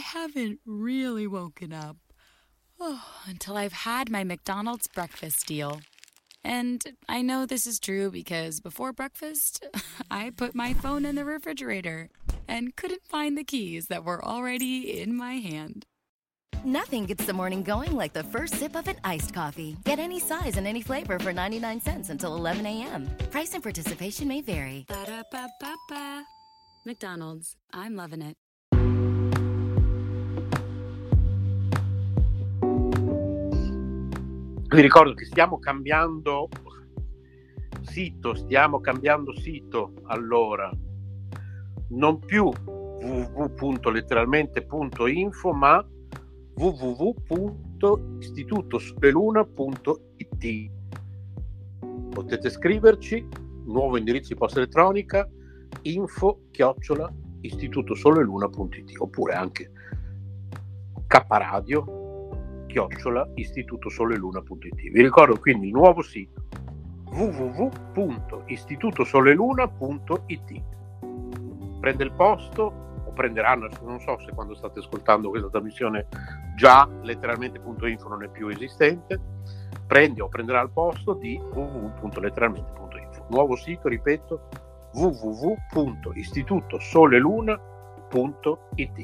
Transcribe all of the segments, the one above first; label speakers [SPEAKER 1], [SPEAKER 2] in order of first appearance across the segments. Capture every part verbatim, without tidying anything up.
[SPEAKER 1] haven't really woken up. Oh, until I've had my McDonald's breakfast deal. And I know this is true because before breakfast, I put my phone in the refrigerator and couldn't find the keys that were already in my hand.
[SPEAKER 2] Nothing gets the morning going like the first sip of an iced coffee. Get any size and any flavor for ninety-nine cents until eleven a.m. Price and participation may vary.
[SPEAKER 1] Ba-da-ba-ba-ba. McDonald's, I'm loving it.
[SPEAKER 3] Vi ricordo che stiamo cambiando sito, stiamo cambiando sito, allora, non più w w w punto letteralmente punto info, ma w w w punto istituto soleluna punto i t. Potete scriverci, nuovo indirizzo di posta elettronica, info chiocciola istitutosoleluna punto i t, oppure anche kradio chiocciola istitutosoleluna punto i t. Vi ricordo quindi il nuovo sito w w w punto istitutosoleluna punto i t. Prende il posto, o prenderanno, non so se quando state ascoltando questa trasmissione già letteralmente punto info non è più esistente, prende o prenderà il posto di w w w punto letteralmente punto info. Nuovo sito, ripeto, w w w punto istitutosoleluna punto i t.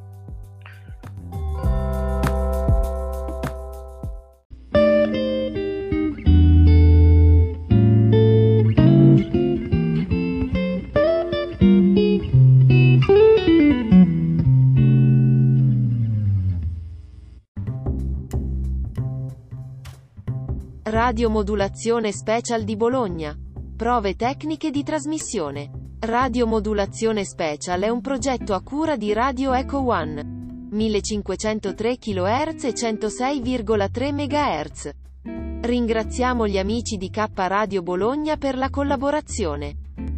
[SPEAKER 4] Radiomodulazione Special di Bologna. Prove tecniche di trasmissione. Radiomodulazione Special è un progetto a cura di Radio Echo One. millecinquecentotre chilohertz e centosei virgola tre megahertz. Ringraziamo gli amici di K Radio Bologna per la collaborazione.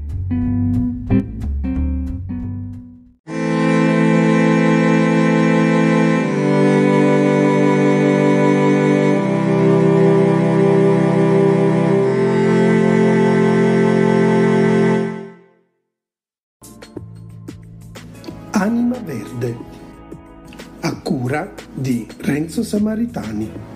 [SPEAKER 5] Anima Verde, a cura di Renzo Samaritani.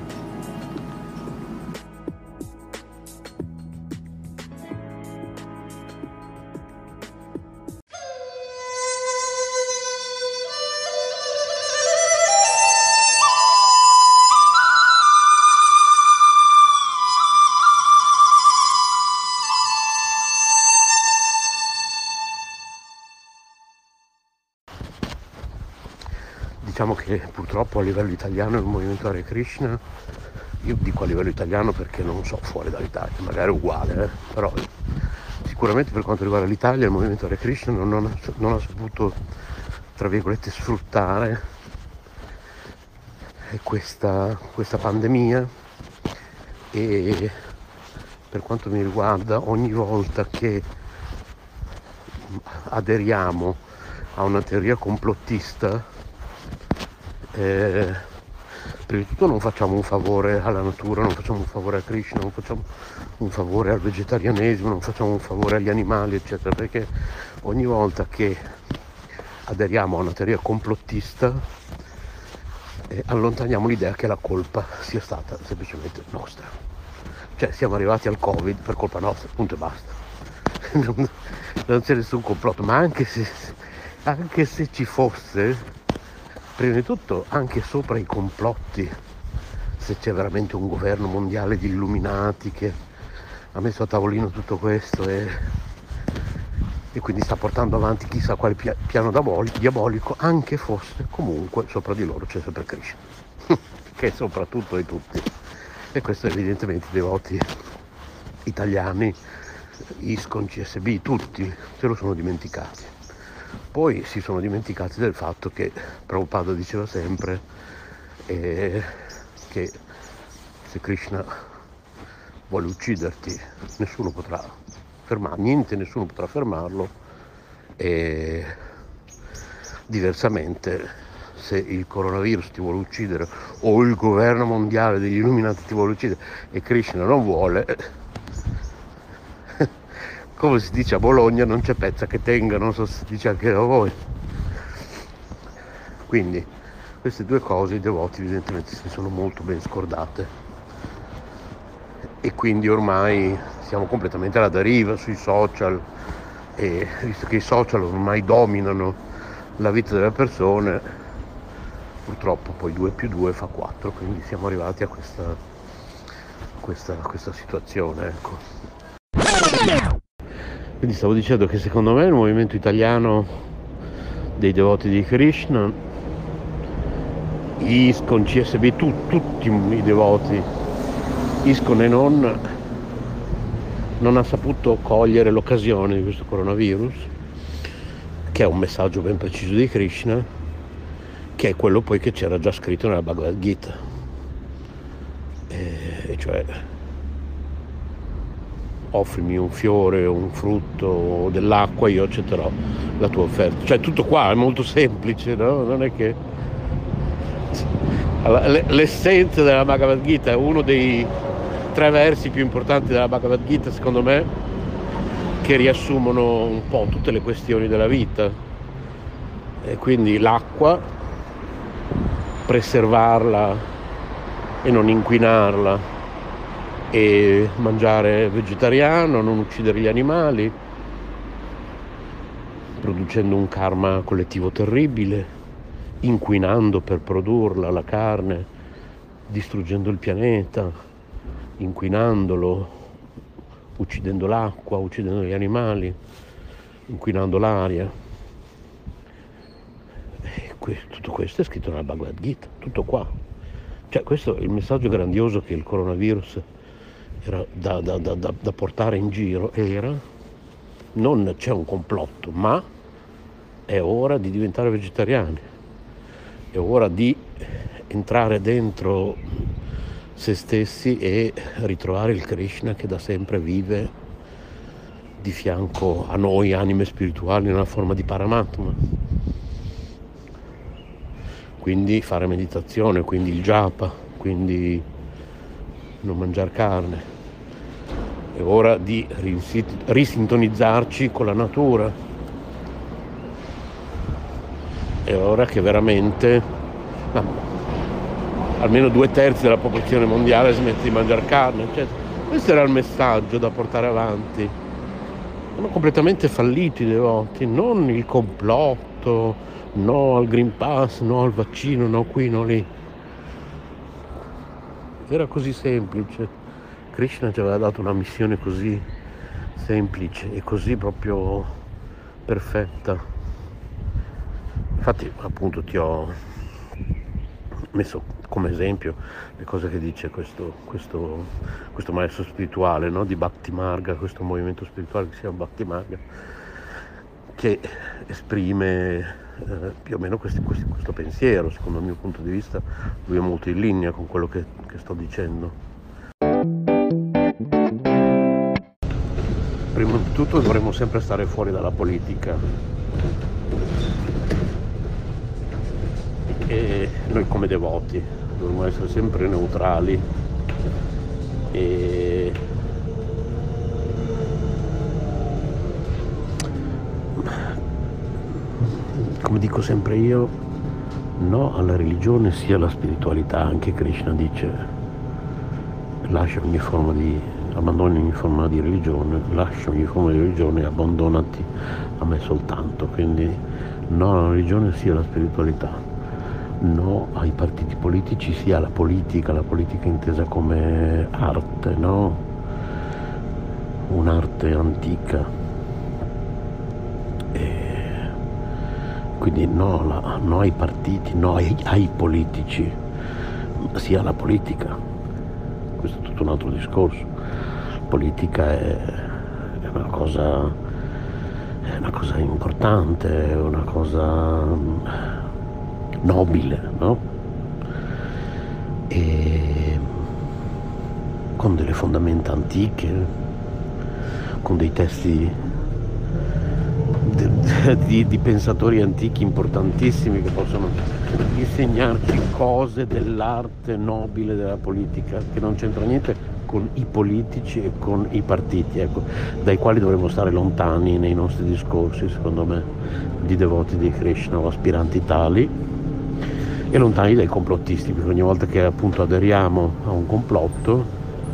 [SPEAKER 3] Diciamo che purtroppo a livello italiano il movimento Hare Krishna, io dico a livello italiano perché non so fuori dall'Italia, magari è uguale, eh? Però sicuramente per quanto riguarda l'Italia il movimento Hare Krishna non, non, ha, non ha saputo, tra virgolette, sfruttare questa, questa pandemia, e per quanto mi riguarda ogni volta che aderiamo a una teoria complottista, Eh, prima di tutto non facciamo un favore alla natura, non facciamo un favore a Krishna, non facciamo un favore al vegetarianesimo, non facciamo un favore agli animali, eccetera, perché ogni volta che aderiamo a una teoria complottista eh, allontaniamo l'idea che la colpa sia stata semplicemente nostra, cioè siamo arrivati al Covid per colpa nostra, punto e basta. non, non c'è nessun complotto, ma anche se, anche se ci fosse, prima di tutto anche sopra i complotti, se c'è veramente un governo mondiale di illuminati che ha messo a tavolino tutto questo e, e quindi sta portando avanti chissà quale pia- piano diabolico, anche fosse, comunque sopra di loro c'è sempre Krishna che è soprattutto di tutti, e questo evidentemente i devoti italiani, ISKCON, C S B, tutti se lo sono dimenticati. Poi si sono dimenticati del fatto che Prabhupada diceva sempre eh, che se Krishna vuole ucciderti nessuno potrà fermarlo, niente, nessuno potrà fermarlo, e diversamente se il coronavirus ti vuole uccidere o il governo mondiale degli illuminati ti vuole uccidere e Krishna non vuole, come si dice a Bologna, non c'è pezza che tenga, non so se si dice anche da voi. Quindi queste due cose i devoti evidentemente si sono molto ben scordate, e quindi ormai siamo completamente alla deriva sui social, e visto che i social ormai dominano la vita delle persone, purtroppo poi due più due fa quattro, quindi siamo arrivati a questa, questa, questa situazione, ecco. Quindi stavo dicendo che secondo me il movimento italiano dei devoti di Krishna, ISKCON, C S B, tu, tutti i devoti, ISKCON e non, non ha saputo cogliere l'occasione di questo coronavirus, che è un messaggio ben preciso di Krishna, che è quello poi che c'era già scritto nella Bhagavad Gita, e, e cioè offrimi un fiore, un frutto o dell'acqua, io accetterò la tua offerta. Cioè tutto qua è molto semplice, no? Non è che l'essenza della Bhagavad Gita è uno dei tre versi più importanti della Bhagavad Gita, secondo me, che riassumono un po' tutte le questioni della vita. E quindi l'acqua, preservarla e non inquinarla, e mangiare vegetariano, non uccidere gli animali, producendo un karma collettivo terribile, inquinando per produrla la carne, distruggendo il pianeta, inquinandolo, uccidendo l'acqua, uccidendo gli animali, inquinando l'aria. E que- tutto questo è scritto nella Bhagavad Gita, tutto qua. Cioè questo è il messaggio grandioso che il coronavirus era da, da, da, da, da portare in giro, era non c'è un complotto, ma è ora di diventare vegetariani, è ora di entrare dentro se stessi e ritrovare il Krishna che da sempre vive di fianco a noi anime spirituali nella forma di Paramatma. Quindi fare meditazione, quindi il japa, quindi non mangiare carne. È ora di risintonizzarci con la natura. È ora che veramente no, almeno due terzi della popolazione mondiale smette di mangiare carne. Cioè, questo era il messaggio da portare avanti. Sono completamente falliti i devoti, non il complotto, no al Green Pass, no al vaccino, no qui, no lì. Era così semplice. Krishna ci aveva dato una missione così semplice e così proprio perfetta. Infatti appunto ti ho messo come esempio le cose che dice questo, questo, questo maestro spirituale, no? Di Bhakti Marga, questo movimento spirituale che si chiama Bhakti Marga, che esprime eh, più o meno questi, questi, questo pensiero. Secondo il mio punto di vista lui è molto in linea con quello che, che sto dicendo. Prima di tutto dovremmo sempre stare fuori dalla politica, e noi come devoti dovremmo essere sempre neutrali e come dico sempre io, no alla religione sia alla spiritualità. Anche Krishna dice lascia ogni forma di abbandoni ogni forma di religione, lascia ogni forma di religione e abbandonati a me soltanto. Quindi no alla religione sia alla spiritualità, no ai partiti politici sia alla politica, la politica intesa come arte, no? Un'arte antica. E quindi no, alla, no ai partiti, no ai, ai politici, sia alla politica. Questo è tutto un altro discorso. Politica è, è una cosa è una cosa importante, è una cosa nobile, no? E con delle fondamenta antiche, con dei testi di, di, di pensatori antichi importantissimi che possono insegnarci cose dell'arte nobile della politica, che non c'entra niente con i politici e con i partiti, ecco, dai quali dovremmo stare lontani nei nostri discorsi, secondo me, di devoti di Krishna o aspiranti tali. e lontani dai complottisti, perché ogni volta che appunto aderiamo a un complotto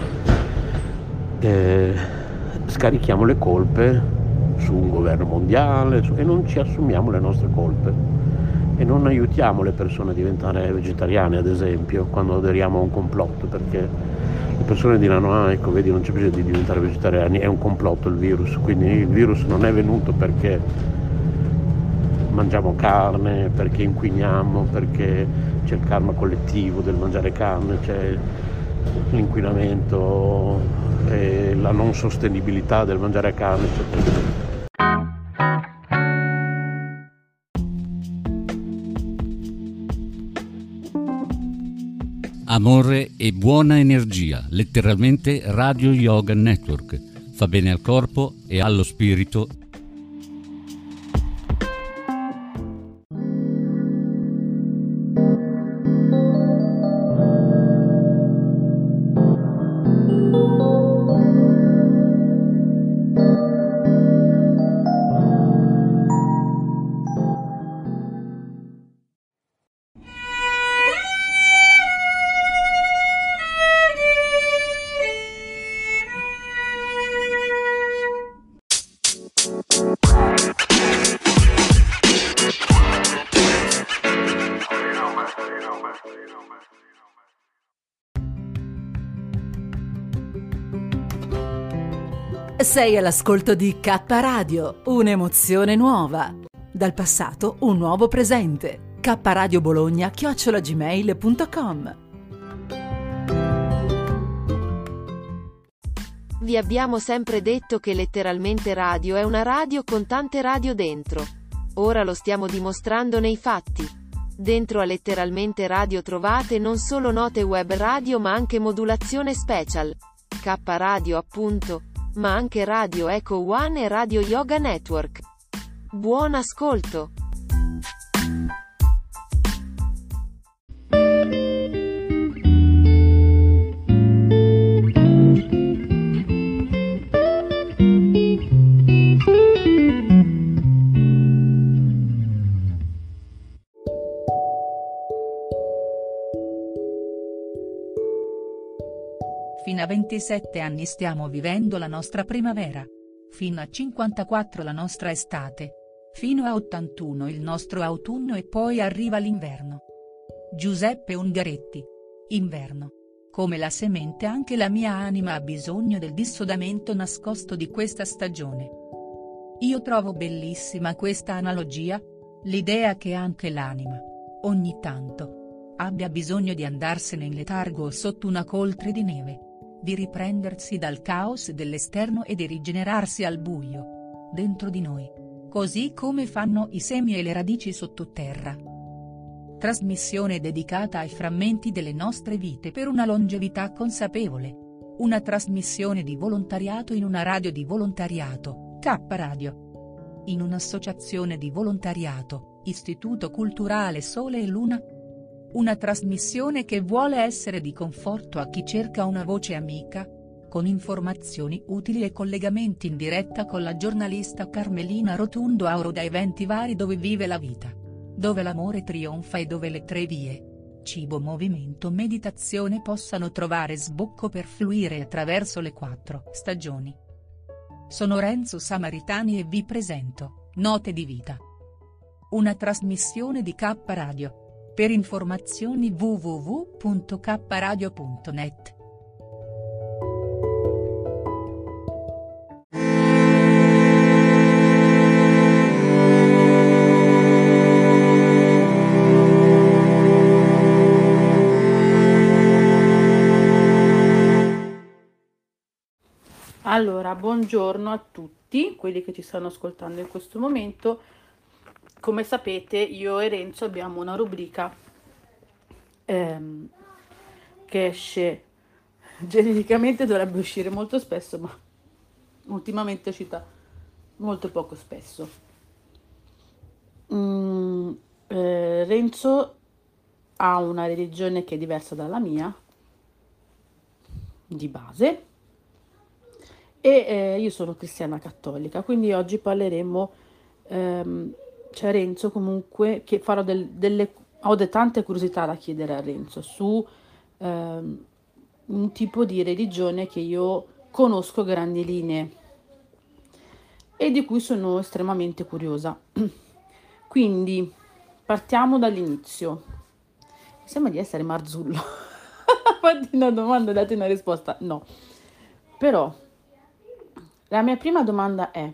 [SPEAKER 3] eh, scarichiamo le colpe su un governo mondiale su, e non ci assumiamo le nostre colpe e non aiutiamo le persone a diventare vegetariane, ad esempio, quando aderiamo a un complotto, perché le persone diranno: ah, ecco, vedi, non c'è bisogno di diventare vegetariani, è un complotto il virus. Quindi il virus non è venuto perché mangiamo carne, perché inquiniamo, perché c'è il karma collettivo del mangiare carne, c'è l'inquinamento e la non sostenibilità del mangiare carne, eccetera.
[SPEAKER 6] Amore e buona energia, letteralmente Radio Yoga Network. Fa bene al corpo e allo spirito.
[SPEAKER 7] Sei all'ascolto di K Radio, un'emozione nuova. Dal passato un nuovo presente. K Radio Bologna chiocciola gmail punto com.
[SPEAKER 4] Vi abbiamo sempre detto che letteralmente radio è una radio con tante radio dentro. Ora lo stiamo dimostrando nei fatti. Dentro a letteralmente radio trovate non solo note web radio ma anche modulazione special. K Radio appunto. Ma anche Radio Eco One e Radio Yoga Network. Buon ascolto!
[SPEAKER 8] Fino a ventisette anni stiamo vivendo la nostra primavera. Fino a cinquantaquattro la nostra estate. Fino a ottantuno il nostro autunno e poi arriva l'inverno. Giuseppe Ungaretti. Inverno. Come la semente anche la mia anima ha bisogno del dissodamento nascosto di questa stagione. Io trovo bellissima questa analogia, l'idea che anche l'anima, ogni tanto, abbia bisogno di andarsene in letargo sotto una coltre di neve. Di riprendersi dal caos dell'esterno e di rigenerarsi al buio, dentro di noi, così come fanno i semi e le radici sottoterra. Trasmissione dedicata ai frammenti delle nostre vite per una longevità consapevole. Una trasmissione di volontariato in una radio di volontariato, K Radio. In un'associazione di volontariato, Istituto Culturale Sole e Luna. Una trasmissione che vuole essere di conforto a chi cerca una voce amica, con informazioni utili e collegamenti in diretta con la giornalista Carmelina Rotundo Auro da eventi vari dove vive la vita, dove l'amore trionfa e dove le tre vie, cibo, movimento, meditazione possano trovare sbocco per fluire attraverso le quattro stagioni. Sono Renzo Samaritani e vi presento Note di Vita. Una trasmissione di K Radio. Per informazioni w w w punto k radio punto net.
[SPEAKER 9] Allora, buongiorno a tutti quelli che ci stanno ascoltando in questo momento. Come sapete, io e Renzo abbiamo una rubrica ehm, che esce genericamente, dovrebbe uscire molto spesso, ma ultimamente è uscita molto poco spesso. Mm, eh, Renzo ha una religione che è diversa dalla mia, di base, e eh, io sono cristiana cattolica, quindi oggi parleremo... Ehm, c'è Renzo comunque che farò del, delle ho de- tante curiosità da chiedere a Renzo su ehm, un tipo di religione che io conosco a grandi linee e di cui sono estremamente curiosa. Quindi partiamo dall'inizio. Mi sembra di essere Marzullo. Fatti una domanda, date una risposta. No. Però la mia prima domanda è,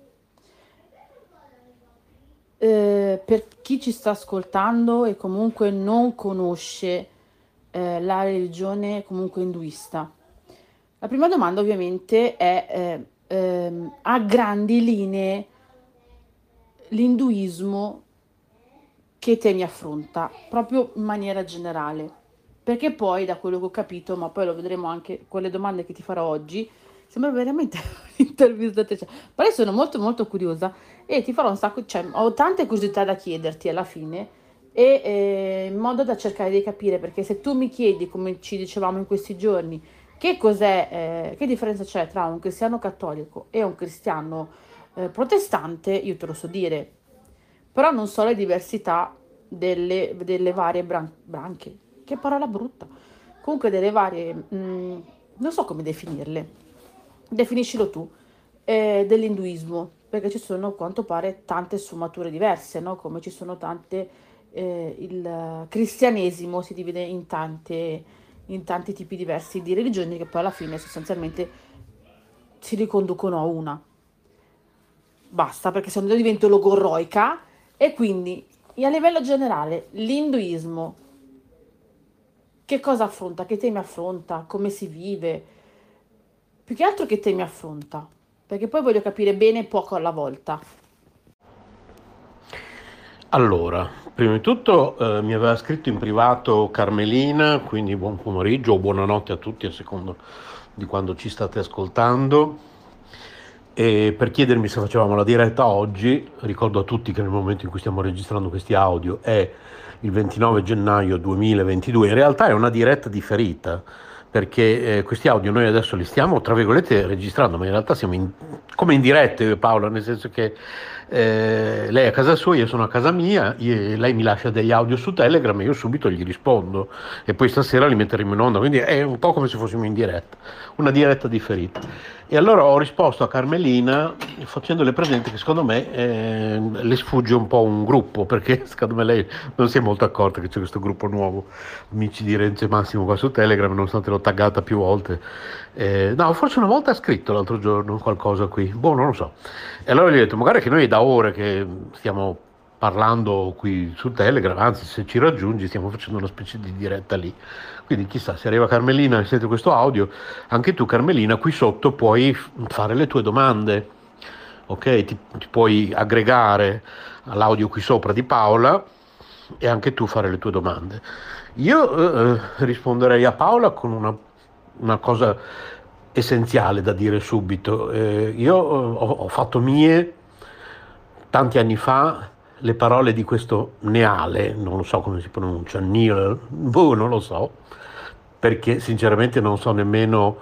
[SPEAKER 9] eh, per chi ci sta ascoltando e comunque non conosce eh, la religione comunque induista, la prima domanda ovviamente è eh, ehm, a grandi linee l'induismo che te mi affronta, proprio in maniera generale, perché poi da quello che ho capito, ma poi lo vedremo anche con le domande che ti farò oggi, sembra veramente un'intervista a te, cioè, però io sono molto molto curiosa e ti farò un sacco, cioè ho tante curiosità da chiederti alla fine e eh, in modo da cercare di capire, perché se tu mi chiedi, come ci dicevamo in questi giorni, che cos'è, eh, che differenza c'è tra un cristiano cattolico e un cristiano eh, protestante, io te lo so dire, però non so le diversità delle, delle varie bran- branche, che parola brutta, comunque delle varie, mh, non so come definirle, definiscilo tu, eh, dell'induismo, perché ci sono a quanto pare tante sfumature diverse, no? Come ci sono tante, eh, il cristianesimo si divide in tante, in tanti tipi diversi di religioni che poi alla fine sostanzialmente si riconducono a una. Basta, perché se no divento logorroica. E quindi a livello generale l'induismo che cosa affronta, che temi affronta, come si vive, più che altro che temi affronta, perché poi voglio capire bene poco alla volta.
[SPEAKER 3] Allora, prima di tutto eh, mi aveva scritto in privato Carmelina, quindi buon pomeriggio o buonanotte a tutti a seconda di quando ci state ascoltando, e per chiedermi se facevamo la diretta oggi. Ricordo a tutti che nel momento in cui stiamo registrando questi audio è il ventinove gennaio duemilaventidue, in realtà è una diretta differita, perché eh, questi audio noi adesso li stiamo tra virgolette registrando, ma in realtà siamo in, come in diretta io e Paola, nel senso che eh, lei è a casa sua, io sono a casa mia, io, lei mi lascia degli audio su Telegram e io subito gli rispondo e poi stasera li metteremo in onda, quindi è un po' come se fossimo in diretta, una diretta differita. E allora ho risposto a Carmelina facendole presente che secondo me eh, le sfugge un po' un gruppo, perché secondo me lei non si è molto accorta che c'è questo gruppo nuovo, Amici di Renzo e Massimo, qua su Telegram, nonostante l'ho taggata più volte. Eh, no, forse una volta ha scritto l'altro giorno qualcosa qui, boh, non lo so. E allora gli ho detto, magari che noi da ore che stiamo parlando qui su Telegram, anzi se ci raggiungi stiamo facendo una specie di diretta lì. Quindi chissà, se arriva Carmelina e sente questo audio, anche tu Carmelina qui sotto puoi fare le tue domande, ok? Ti, ti puoi aggregare all'audio qui sopra di Paola e anche tu fare le tue domande. Io eh, risponderei a Paola con una, una cosa essenziale da dire subito. Eh, io ho, ho fatto mie tanti anni fa le parole di questo Neale, non lo so come si pronuncia, Neale, boh, non lo so, perché sinceramente non so nemmeno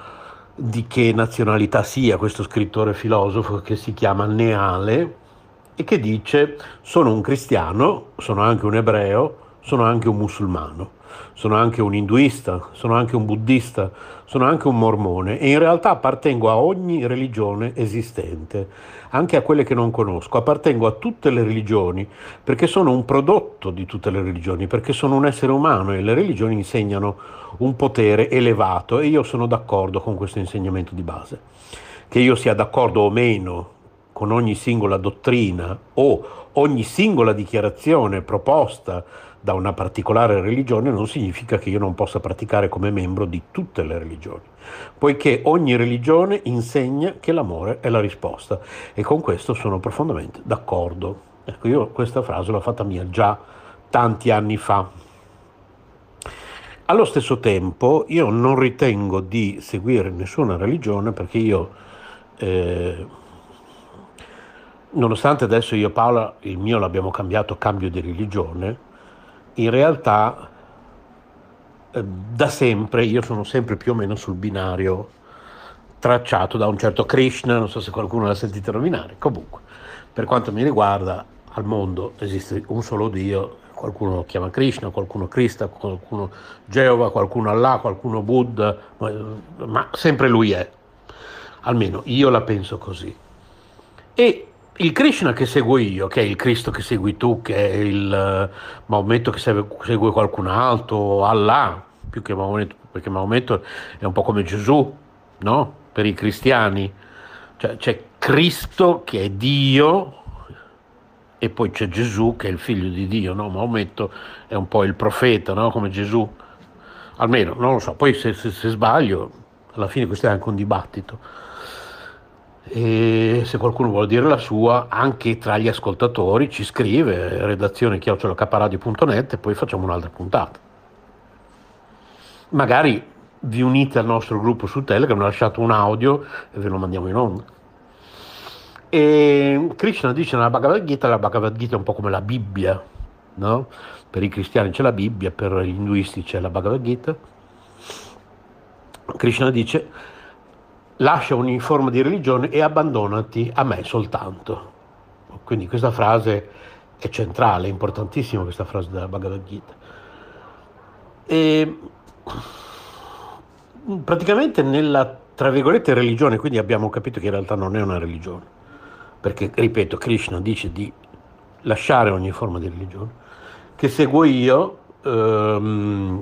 [SPEAKER 3] di che nazionalità sia questo scrittore filosofo che si chiama Neale e che dice: sono un cristiano, sono anche un ebreo, sono anche un musulmano, sono anche un induista, sono anche un buddista, sono anche un mormone e in realtà appartengo a ogni religione esistente, anche a quelle che non conosco, appartengo a tutte le religioni perché sono un prodotto di tutte le religioni, perché sono un essere umano e le religioni insegnano un potere elevato e io sono d'accordo con questo insegnamento di base. Che io sia d'accordo o meno con ogni singola dottrina o ogni singola dichiarazione proposta da una particolare religione non significa che io non possa praticare come membro di tutte le religioni, poiché ogni religione insegna che l'amore è la risposta e con questo sono profondamente d'accordo. Ecco, io questa frase l'ho fatta mia già tanti anni fa. Allo stesso tempo io non ritengo di seguire nessuna religione perché io, eh, nonostante adesso io e Paola il mio l'abbiamo cambiato cambio di religione, in realtà eh, da sempre io sono sempre più o meno sul binario tracciato da un certo Krishna, non so se qualcuno l'ha sentito nominare. Comunque, per quanto mi riguarda, al mondo esiste un solo Dio, qualcuno lo chiama Krishna, qualcuno Krista, qualcuno Geova, qualcuno Allah, qualcuno Buddha, ma, ma sempre lui è, almeno io la penso così. E il Krishna che seguo io, che è il Cristo che segui tu, che è il uh, Maometto che segue, segue qualcun altro, Allah, più che Maometto, perché Maometto è un po' come Gesù, no? Per i cristiani, cioè, c'è Cristo che è Dio e poi c'è Gesù che è il figlio di Dio, no? Maometto è un po' il profeta, no? Come Gesù, almeno, non lo so, poi se, se, se sbaglio, alla fine questo è anche un dibattito. E se qualcuno vuole dire la sua, anche tra gli ascoltatori ci scrive, redazione chiocciola caparadio punto net, e poi facciamo un'altra puntata. Magari vi unite al nostro gruppo su Telegram, lasciate un audio e ve lo mandiamo in onda. E Krishna dice nella Bhagavad Gita, la Bhagavad Gita è un po' come la Bibbia, no? Per i cristiani c'è la Bibbia, per gli induisti c'è la Bhagavad Gita. Krishna dice: lascia ogni forma di religione e abbandonati a me soltanto. Quindi questa frase è centrale, è importantissima questa frase della Bhagavad Gita. E praticamente nella, tra virgolette, religione, quindi abbiamo capito che in realtà non è una religione, perché, ripeto, Krishna dice di lasciare ogni forma di religione, che seguo io, ehm,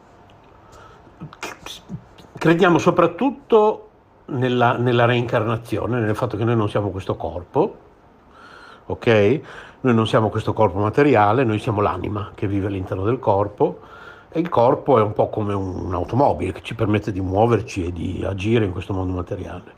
[SPEAKER 3] crediamo soprattutto Nella, nella reincarnazione, nel fatto che noi non siamo questo corpo, ok? Noi non siamo questo corpo materiale, noi siamo l'anima che vive all'interno del corpo, e il corpo è un po' come un, un'automobile che ci permette di muoverci e di agire in questo mondo materiale.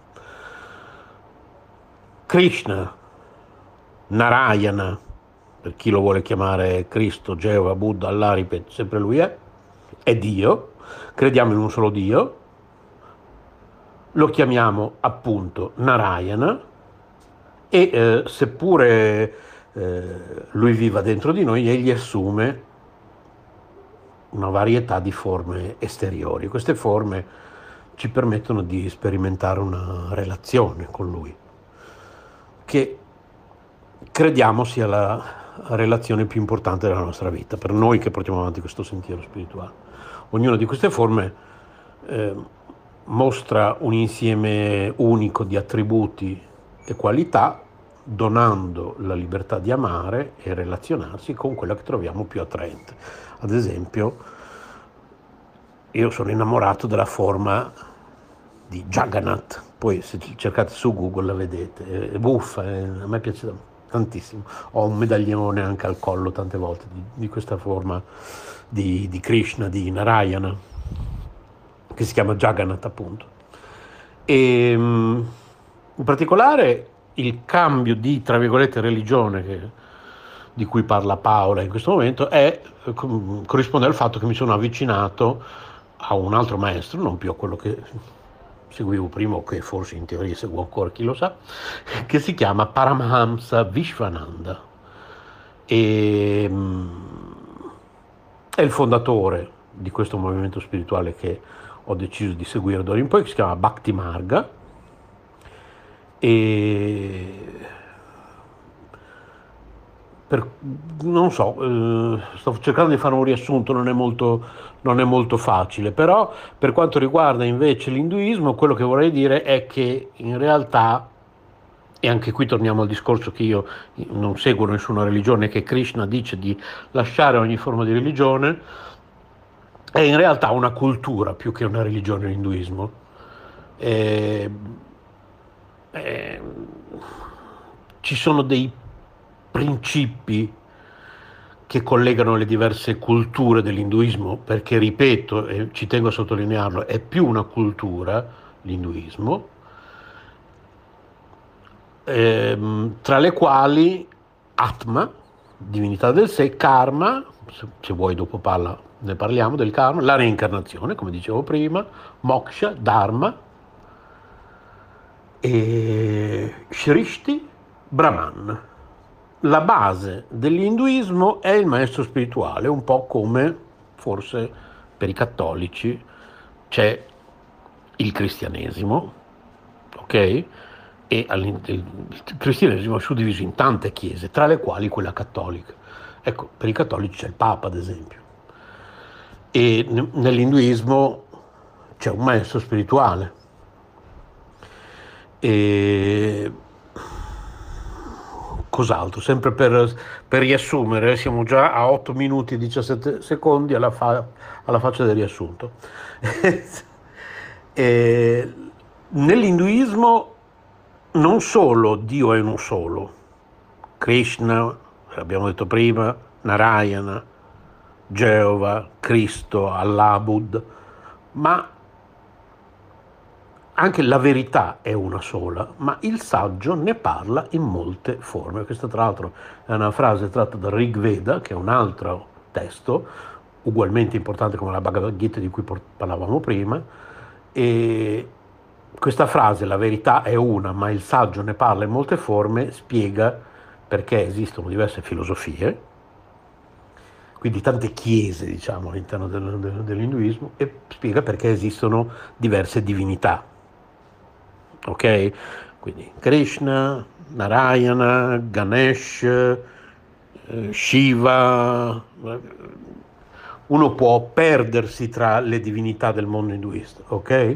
[SPEAKER 3] Krishna, Narayana, per chi lo vuole chiamare Cristo, Geova, Buddha, Allah, ripeto, sempre lui è, è Dio, crediamo in un solo Dio. Lo chiamiamo appunto Narayana e eh, seppure eh, lui viva dentro di noi, egli assume una varietà di forme esteriori. Queste forme ci permettono di sperimentare una relazione con lui, che crediamo sia la relazione più importante della nostra vita, per noi che portiamo avanti questo sentiero spirituale. Ognuna di queste forme eh, mostra un insieme unico di attributi e qualità, donando la libertà di amare e relazionarsi con quella che troviamo più attraente. Ad esempio, io sono innamorato della forma di Jagannath, poi se cercate su Google la vedete, è buffa, è, a me piace tantissimo. Ho un medaglione anche al collo tante volte di, di questa forma di, di Krishna, di Narayana, che si chiama Jagannath appunto. E in particolare il cambio di, tra virgolette, religione che, di cui parla Paola in questo momento è, corrisponde al fatto che mi sono avvicinato a un altro maestro, non più a quello che seguivo prima, o che forse in teoria seguo ancora, chi lo sa, che si chiama Paramahamsa Vishwananda, e è il fondatore di questo movimento spirituale che ho deciso di seguire d'ora in poi, che si chiama Bhakti Marga, e per, non so, eh, sto cercando di fare un riassunto, non è molto, non è molto facile, però per quanto riguarda invece l'induismo, quello che vorrei dire è che in realtà, e anche qui torniamo al discorso che io non seguo nessuna religione, che Krishna dice di lasciare ogni forma di religione, è in realtà una cultura più che una religione, l'induismo. E, e, ci sono dei principi che collegano le diverse culture dell'induismo, perché, ripeto, e ci tengo a sottolinearlo, è più una cultura, l'induismo, ehm, tra le quali Atma, divinità del sé, Karma, se, se vuoi dopo parla ne parliamo del karma, la reincarnazione, come dicevo prima, moksha, dharma, e Shrishti, Brahman. La base dell'induismo è il maestro spirituale, un po' come forse per i cattolici c'è il cristianesimo, ok? E il cristianesimo è suddiviso in tante chiese, tra le quali quella cattolica. Ecco, per i cattolici c'è il Papa, ad esempio, e n- nell'induismo c'è un maestro spirituale. E cos'altro? Sempre per, per riassumere, siamo già a otto minuti e diciassette secondi alla, fa- alla faccia del riassunto. E nell'induismo non solo Dio è uno solo, Krishna, abbiamo detto prima, Narayana, Geova, Cristo, Allah, Buddha, ma anche la verità è una sola, ma il saggio ne parla in molte forme. Questa tra l'altro è una frase tratta dal Rig Veda, che è un altro testo, ugualmente importante come la Bhagavad Gita di cui parlavamo prima, e questa frase, la verità è una, ma il saggio ne parla in molte forme, spiega perché esistono diverse filosofie, quindi tante chiese, diciamo, all'interno del, del, dell'induismo, e spiega perché esistono diverse divinità. Ok? Quindi Krishna, Narayana, Ganesh, eh, Shiva. Uno può perdersi tra le divinità del mondo induista, ok?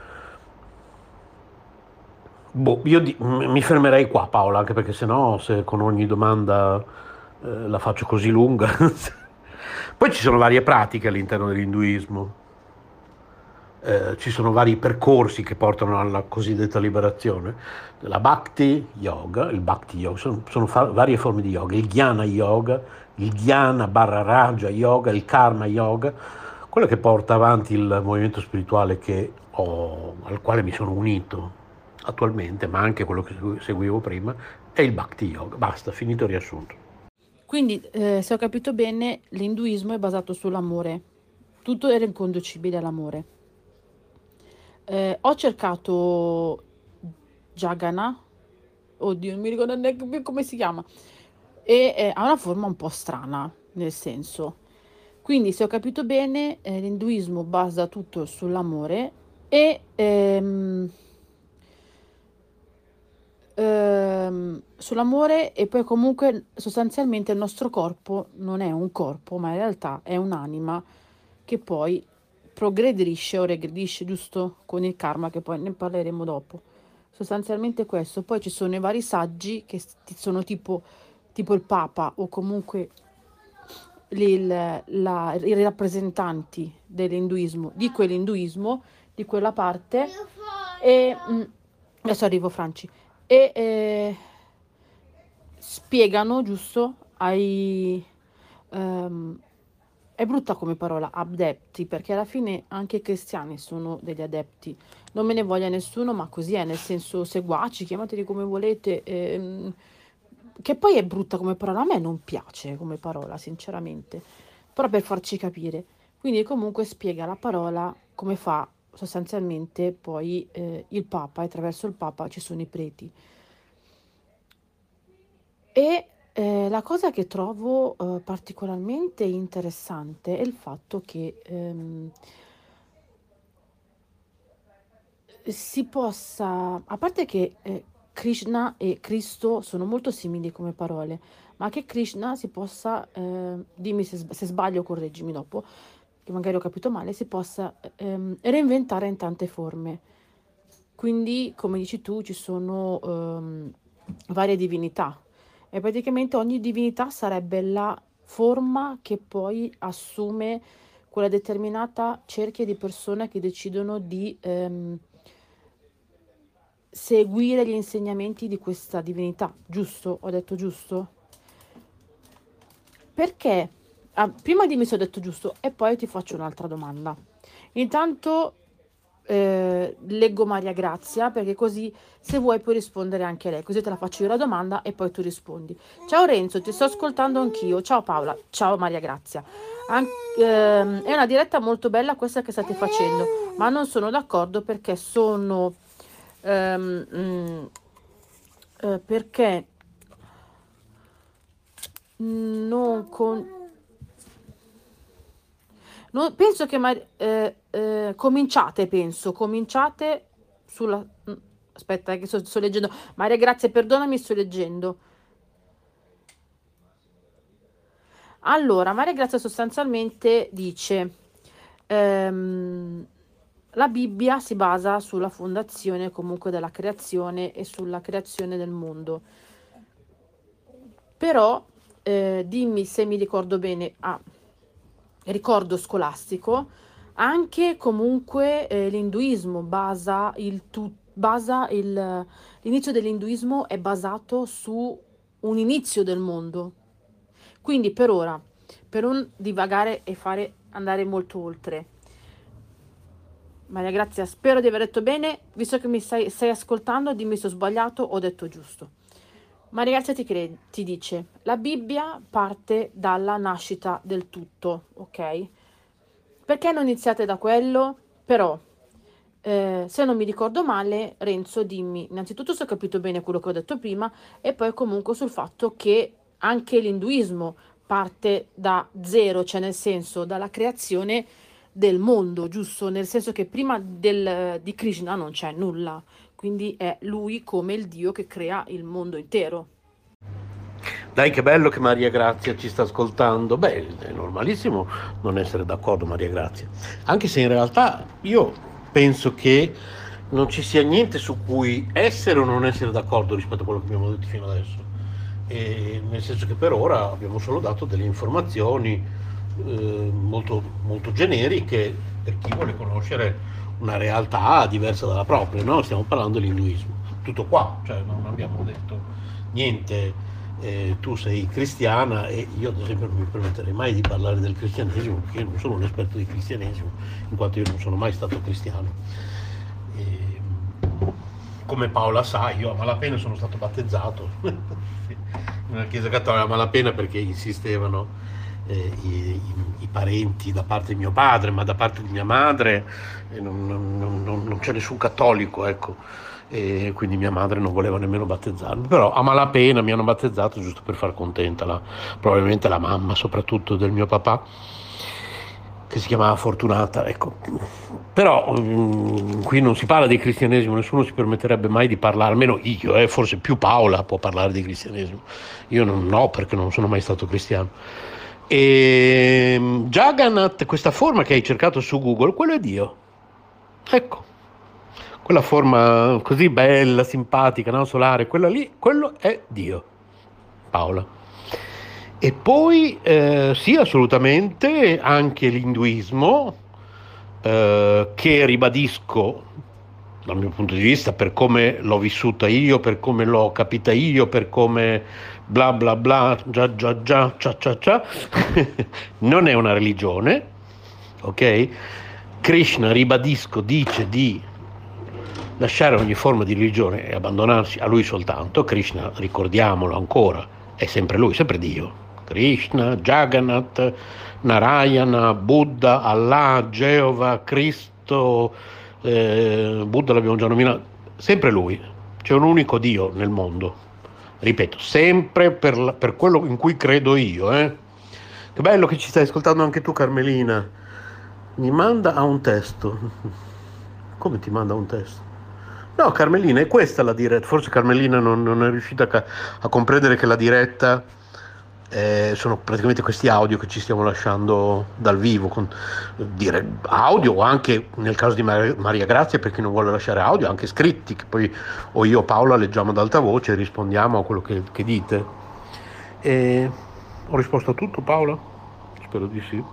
[SPEAKER 3] Boh, io di- mi fermerei qua, Paola, anche perché sennò se con ogni domanda eh, la faccio così lunga. Poi ci sono varie pratiche all'interno dell'induismo. Eh, ci sono vari percorsi che portano alla cosiddetta liberazione. La Bhakti Yoga, il Bhakti Yoga, sono, sono fa- varie forme di yoga, il Jnana Yoga, il Dhyana barra Raja Yoga, il Karma Yoga, quello che porta avanti il movimento spirituale che ho, al quale mi sono unito attualmente, ma anche quello che seguivo prima, è il Bhakti Yoga. Basta, finito il riassunto.
[SPEAKER 9] Quindi, eh, se ho capito bene, l'induismo è basato sull'amore. Tutto è riconducibile all'amore. Eh, ho cercato Jagana, oddio, non mi ricordo neanche più come si chiama, e eh, ha una forma un po' strana, nel senso. Quindi, se ho capito bene, eh, l'induismo basa tutto sull'amore e ehm, ehm, sull'amore e poi comunque sostanzialmente il nostro corpo non è un corpo, ma in realtà è un'anima che poi progredisce o regredisce, giusto? Con il karma, che poi ne parleremo dopo. Sostanzialmente questo. Poi ci sono i vari saggi che s- sono tipo, tipo il Papa o comunque il- la- i rappresentanti dell'induismo, di quell'induismo, di quella parte. E mm, adesso arrivo, Franci. E eh, spiegano, giusto, ai... ehm, è brutta come parola, adepti, perché alla fine anche i cristiani sono degli adepti. Non me ne voglia nessuno, ma così è, nel senso seguaci, chiamateli come volete. ehm, che poi è brutta come parola, a me non piace come parola, sinceramente, però per farci capire. Quindi comunque spiega la parola come fa sostanzialmente poi eh, il Papa, e attraverso il Papa ci sono i preti. E eh, la cosa che trovo eh, particolarmente interessante è il fatto che ehm, si possa, a parte che eh, Krishna e Cristo sono molto simili come parole, ma che Krishna si possa, eh, dimmi se, sb- se sbaglio, correggimi dopo, che magari ho capito male, si possa ehm, reinventare in tante forme. Quindi, come dici tu, ci sono ehm, varie divinità e praticamente ogni divinità sarebbe la forma che poi assume quella determinata cerchia di persone che decidono di ehm, seguire gli insegnamenti di questa divinità, giusto? Ho detto giusto? Perché? Ah, prima dimmi se ho detto giusto e poi ti faccio un'altra domanda. Intanto eh, leggo Maria Grazia perché così se vuoi puoi rispondere anche lei, così te la faccio io la domanda e poi tu rispondi. Ciao Renzo, ti sto ascoltando anch'io. Ciao Paola, ciao Maria Grazia. An- ehm, è una diretta molto bella questa che state facendo, ma non sono d'accordo perché sono ehm, mm, eh, perché non con non, penso che ma- eh, eh, cominciate, penso, cominciate sulla... mm, Aspetta, eh, che sto, sto leggendo. Maria, grazie, perdonami, sto leggendo. Allora, Maria Grazia sostanzialmente dice, ehm, la Bibbia si basa sulla fondazione comunque della creazione e sulla creazione del mondo. Però, eh, dimmi se mi ricordo bene, ah, ricordo scolastico, anche comunque eh, l'induismo basa il tu, basa il, l'inizio dell'induismo è basato su un inizio del mondo. Quindi per ora, per non divagare e fare andare molto oltre, Maria Grazia, spero di aver detto bene, visto che mi stai, stai ascoltando, dimmi se ho sbagliato o ho detto giusto. Maria Grazia ti, crede, ti dice, la Bibbia parte dalla nascita del tutto, ok? Perché non iniziate da quello? Però, eh, se non mi ricordo male, Renzo, dimmi, innanzitutto se ho capito bene quello che ho detto prima, e poi comunque sul fatto che anche l'induismo parte da zero, cioè nel senso dalla creazione del mondo, giusto? Nel senso che prima del, di Krishna non c'è nulla, quindi è lui come il Dio che crea il mondo intero.
[SPEAKER 3] Dai, che bello che Maria Grazia ci sta ascoltando. Beh, è normalissimo non essere d'accordo, Maria Grazia, anche se in realtà io penso che non ci sia niente su cui essere o non essere d'accordo rispetto a quello che abbiamo detto fino adesso, e nel senso che per ora abbiamo solo dato delle informazioni eh, molto, molto generiche per chi vuole conoscere una realtà diversa dalla propria, no? Stiamo parlando dell'induismo, tutto qua, cioè non abbiamo detto niente. Eh, tu sei cristiana e io ad esempio non mi permetterei mai di parlare del cristianesimo, perché io non sono un esperto di cristianesimo, in quanto io non sono mai stato cristiano. E, come Paola sa, io a malapena sono stato battezzato in una chiesa cattolica, a malapena, perché insistevano eh, i, i, i parenti da parte di mio padre, ma da parte di mia madre eh, non, non, non, non c'è nessun cattolico, ecco. E quindi mia madre non voleva nemmeno battezzarmi, però a malapena mi hanno battezzato giusto per far contenta la, probabilmente la mamma soprattutto del mio papà, che si chiamava Fortunata, ecco. Però mh, qui non si parla di cristianesimo, nessuno si permetterebbe mai di parlare, almeno io, eh, forse più Paola può parlare di cristianesimo, io non no, perché non sono mai stato cristiano. E Jagannath, questa forma che hai cercato su Google, quello è Dio, ecco. Quella forma così bella, simpatica, no? Solare, quella lì, quello è Dio, Paola. E poi eh, sì, assolutamente, anche l'induismo, eh, che ribadisco, dal mio punto di vista, per come l'ho vissuta io, per come l'ho capita io, per come bla bla bla, già già già, cia cia cia, non è una religione, ok? Krishna, ribadisco, dice di lasciare ogni forma di religione e abbandonarsi a lui soltanto. Krishna, ricordiamolo ancora, è sempre lui, sempre Dio. Krishna, Jagannath, Narayana, Buddha, Allah, Geova, Cristo, eh, Buddha l'abbiamo già nominato, sempre lui. C'è un unico Dio nel mondo, ripeto, sempre per, la, per quello in cui credo io. Eh. Che bello che ci stai ascoltando anche tu, Carmelina. Mi manda a un testo. Come ti manda un testo? No, Carmelina, è questa la diretta. Forse Carmelina non, non è riuscita a, a comprendere che la diretta eh, sono praticamente questi audio che ci stiamo lasciando dal vivo, con, dire audio, o anche nel caso di Mar- Maria Grazia, per chi non vuole lasciare audio, anche scritti, che poi o io o Paola leggiamo ad alta voce e rispondiamo a quello che, che dite. E ho risposto a tutto, Paola? Spero di sì.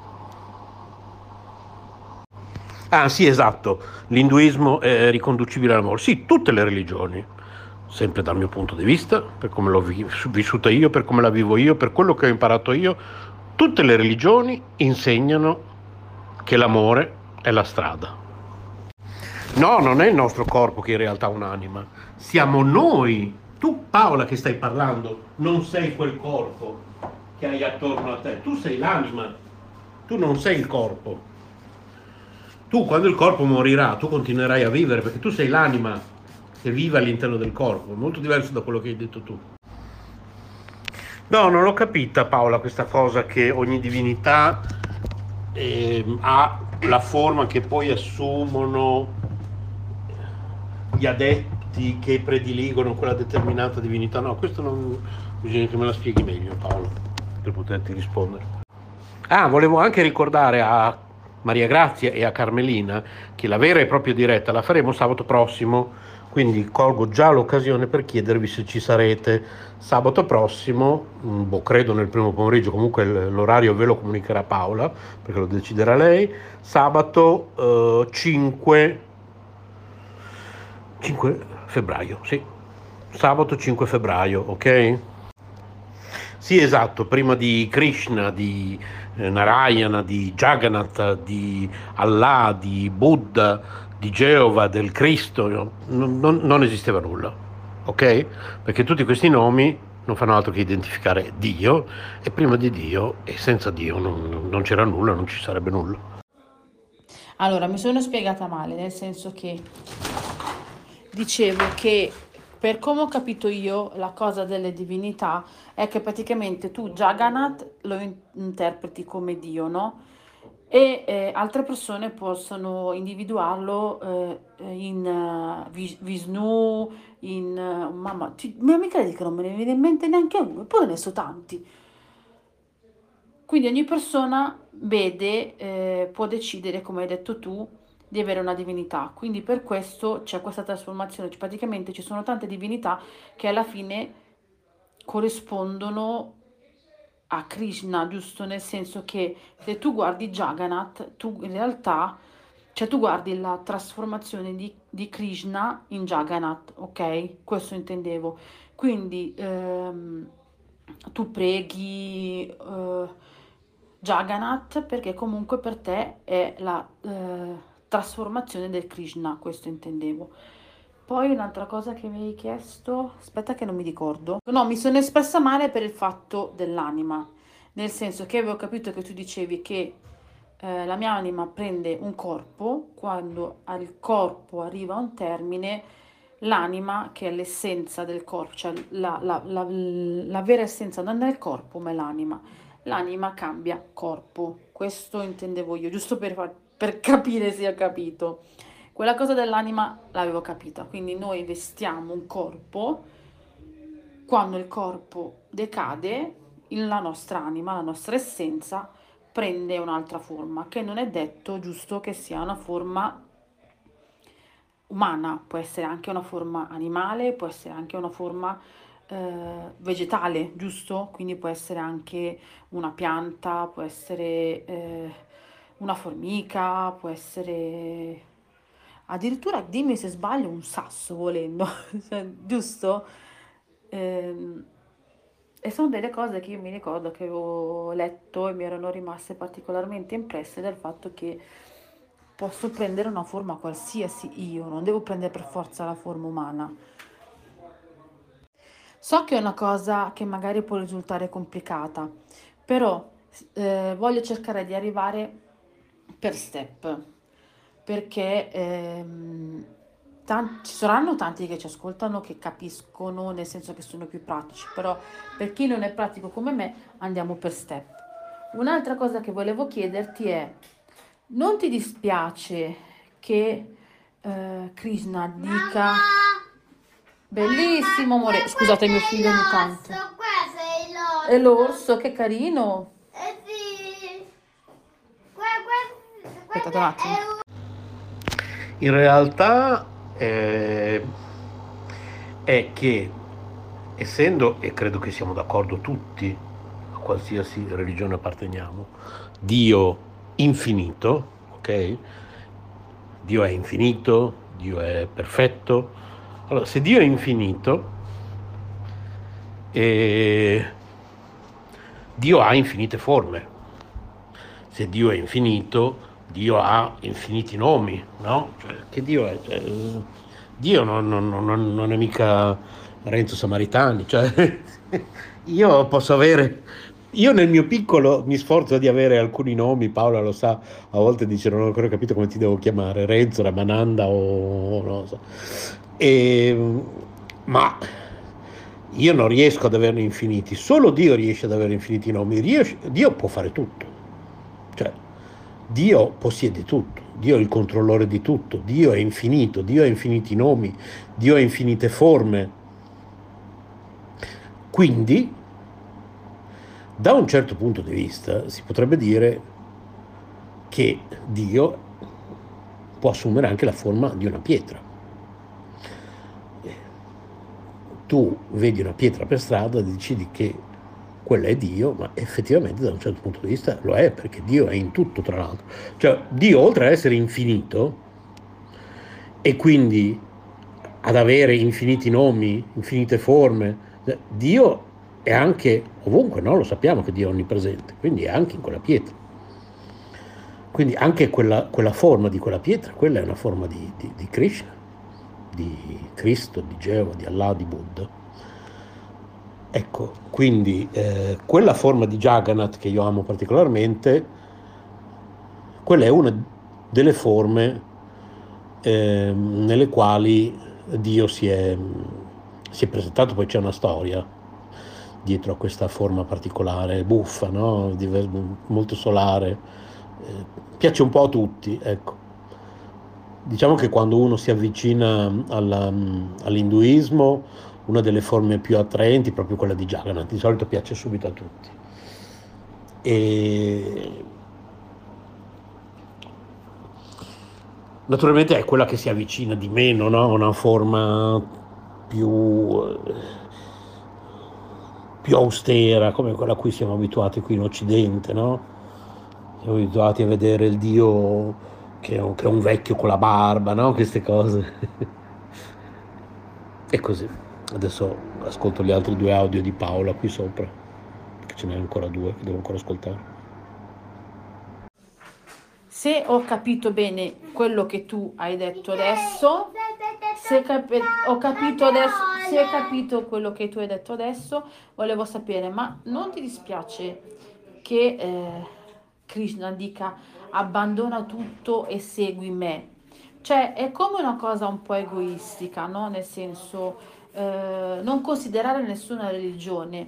[SPEAKER 3] Ah sì, esatto, l'induismo è riconducibile all'amore. Sì, tutte le religioni, sempre dal mio punto di vista, per come l'ho vissuta io, per come la vivo io, per quello che ho imparato io, tutte le religioni insegnano che l'amore è la strada. No, non è il nostro corpo che in realtà ha un'anima, siamo noi. Tu, Paola, che stai parlando, non sei quel corpo che hai attorno a te, tu sei l'anima, tu non sei il corpo. Tu, quando il corpo morirà, tu continuerai a vivere, perché tu sei l'anima che vive all'interno del corpo, molto diverso da quello che hai detto tu. No, non l'ho capita, Paola, questa cosa che ogni divinità eh, ha la forma che poi assumono gli adepti che prediligono quella determinata divinità. No, questo non bisogna che me la spieghi meglio, Paola, per poterti rispondere. Ah, volevo anche ricordare a Maria Grazia e a Carmelina che la vera e propria diretta la faremo sabato prossimo, quindi colgo già l'occasione per chiedervi se ci sarete sabato prossimo, boh, credo nel primo pomeriggio, comunque l'orario ve lo comunicherà Paola perché lo deciderà lei. Sabato eh, cinque febbraio, sì, sabato cinque febbraio, ok? Sì, esatto, prima di Krishna, di eh, Narayana, di Jagannath, di Allah, di Buddha, di Geova, del Cristo, no? non, non, non esisteva nulla, ok? Perché tutti questi nomi non fanno altro che identificare Dio, e prima di Dio e senza Dio non, non c'era nulla, non ci sarebbe nulla.
[SPEAKER 9] Allora, mi sono spiegata male, nel senso che dicevo che per come ho capito io la cosa delle divinità è che praticamente tu Jagannath lo in- interpreti come Dio, no? E eh, altre persone possono individuarlo eh, in uh, Vis- Vishnu, in uh, mamma, ti- ma mi credi che non me ne viene in mente neanche uno, eppure ne so tanti. Quindi ogni persona vede, eh, può decidere, come hai detto tu, di avere una divinità. Quindi per questo c'è questa trasformazione. Cioè, praticamente ci sono tante divinità che alla fine corrispondono a Krishna, giusto? Nel senso che se tu guardi Jagannath, tu in realtà, cioè tu guardi la trasformazione di, di Krishna in Jagannath, ok? Questo intendevo. Quindi ehm, tu preghi eh, Jagannath perché comunque per te è la eh, trasformazione del Krishna, questo intendevo. Poi un'altra cosa che mi hai chiesto, aspetta che non mi ricordo. No, mi sono espressa male per il fatto dell'anima, nel senso che avevo capito che tu dicevi che eh, la mia anima prende un corpo, quando al corpo arriva a un termine, l'anima, che è l'essenza del corpo, cioè la, la, la, la vera essenza non è il corpo ma è l'anima, l'anima cambia corpo, questo intendevo io, giusto per, far, per capire se ho capito. Quella cosa dell'anima l'avevo capita, quindi noi vestiamo un corpo, quando il corpo decade, la nostra anima, la nostra essenza prende un'altra forma, che non è detto giusto che sia una forma umana, può essere anche una forma animale, può essere anche una forma eh, vegetale, giusto? Quindi può essere anche una pianta, può essere eh, una formica, può essere addirittura, dimmi se sbaglio, un sasso volendo, giusto? Ehm, e sono delle cose che io mi ricordo che avevo letto e mi erano rimaste particolarmente impresse del fatto che posso prendere una forma qualsiasi io, non devo prendere per forza la forma umana. So che è una cosa che magari può risultare complicata, però eh, voglio cercare di arrivare per step, perché ehm, tanti, ci saranno tanti che ci ascoltano, che capiscono, nel senso che sono più pratici, però per chi non è pratico come me andiamo per step. Un'altra cosa che volevo chiederti è: non ti dispiace che eh, Krishna dica... Mamma! Bellissimo, amore. Mamma, scusate, mio figlio ogni tanto. Questo è l'orso. È l'orso, che carino. Eh sì. Aspettate un attimo.
[SPEAKER 3] In realtà eh, è che, essendo, e credo che siamo d'accordo tutti, a qualsiasi religione apparteniamo, Dio infinito, ok? Dio è infinito, Dio è perfetto. Allora, se Dio è infinito, eh, Dio ha infinite forme. Se Dio è infinito, Dio ha infiniti nomi, no? Cioè, che Dio è? Cioè, Dio non, non, non, non è mica Renzo Samaritani, cioè io posso avere... Io nel mio piccolo mi sforzo di avere alcuni nomi, Paola lo sa, a volte dice non ho ancora capito come ti devo chiamare, Renzo, Ramananda o non lo so. E, ma io non riesco ad averne infiniti, solo Dio riesce ad avere infiniti nomi, riesce, Dio può fare tutto, cioè Dio possiede tutto, Dio è il controllore di tutto, Dio è infinito, Dio ha infiniti nomi, Dio ha infinite forme, quindi Da un certo punto di vista si potrebbe dire che Dio può assumere anche la forma di una pietra. Tu vedi una pietra per strada e decidi che quella è Dio, ma effettivamente da un certo punto di vista lo è, perché Dio è in tutto, tra l'altro. Cioè Dio, oltre ad essere infinito e quindi ad avere infiniti nomi, infinite forme, Dio è anche ovunque, no? Lo sappiamo che Dio è onnipresente, quindi è anche in quella pietra. Quindi anche quella, quella forma di quella pietra, quella è una forma di, di, di Krishna, di Cristo, di Geova, di Allah, di Buddha. Ecco, quindi eh, quella forma di Jagannath che io amo particolarmente, quella è una delle forme eh, nelle quali Dio si è, si è presentato. Poi c'è una storia dietro a questa forma particolare, buffa, no? Diver- molto solare, eh, piace un po' a tutti, ecco. Diciamo che quando uno si avvicina alla, all'induismo, una delle forme più attraenti è proprio quella di Jagannath, di solito piace subito a tutti. E naturalmente è quella che si avvicina di meno, no? Una forma più, più austera, come quella a cui siamo abituati qui in Occidente, no? Siamo abituati a vedere il Dio che è un, che è un vecchio con la barba, no? Queste cose. E così. Adesso ascolto gli altri due audio di Paola qui sopra, che ce n'è ancora due che devo ancora ascoltare.
[SPEAKER 9] Se ho capito bene quello che tu hai detto adesso, se capi- ho capito adesso, se hai capito quello che tu hai detto adesso, volevo sapere, ma non ti dispiace che eh, Krishna dica abbandona tutto e segui me? Cioè è come una cosa un po' egoistica, no? Nel senso eh, non considerare nessuna religione,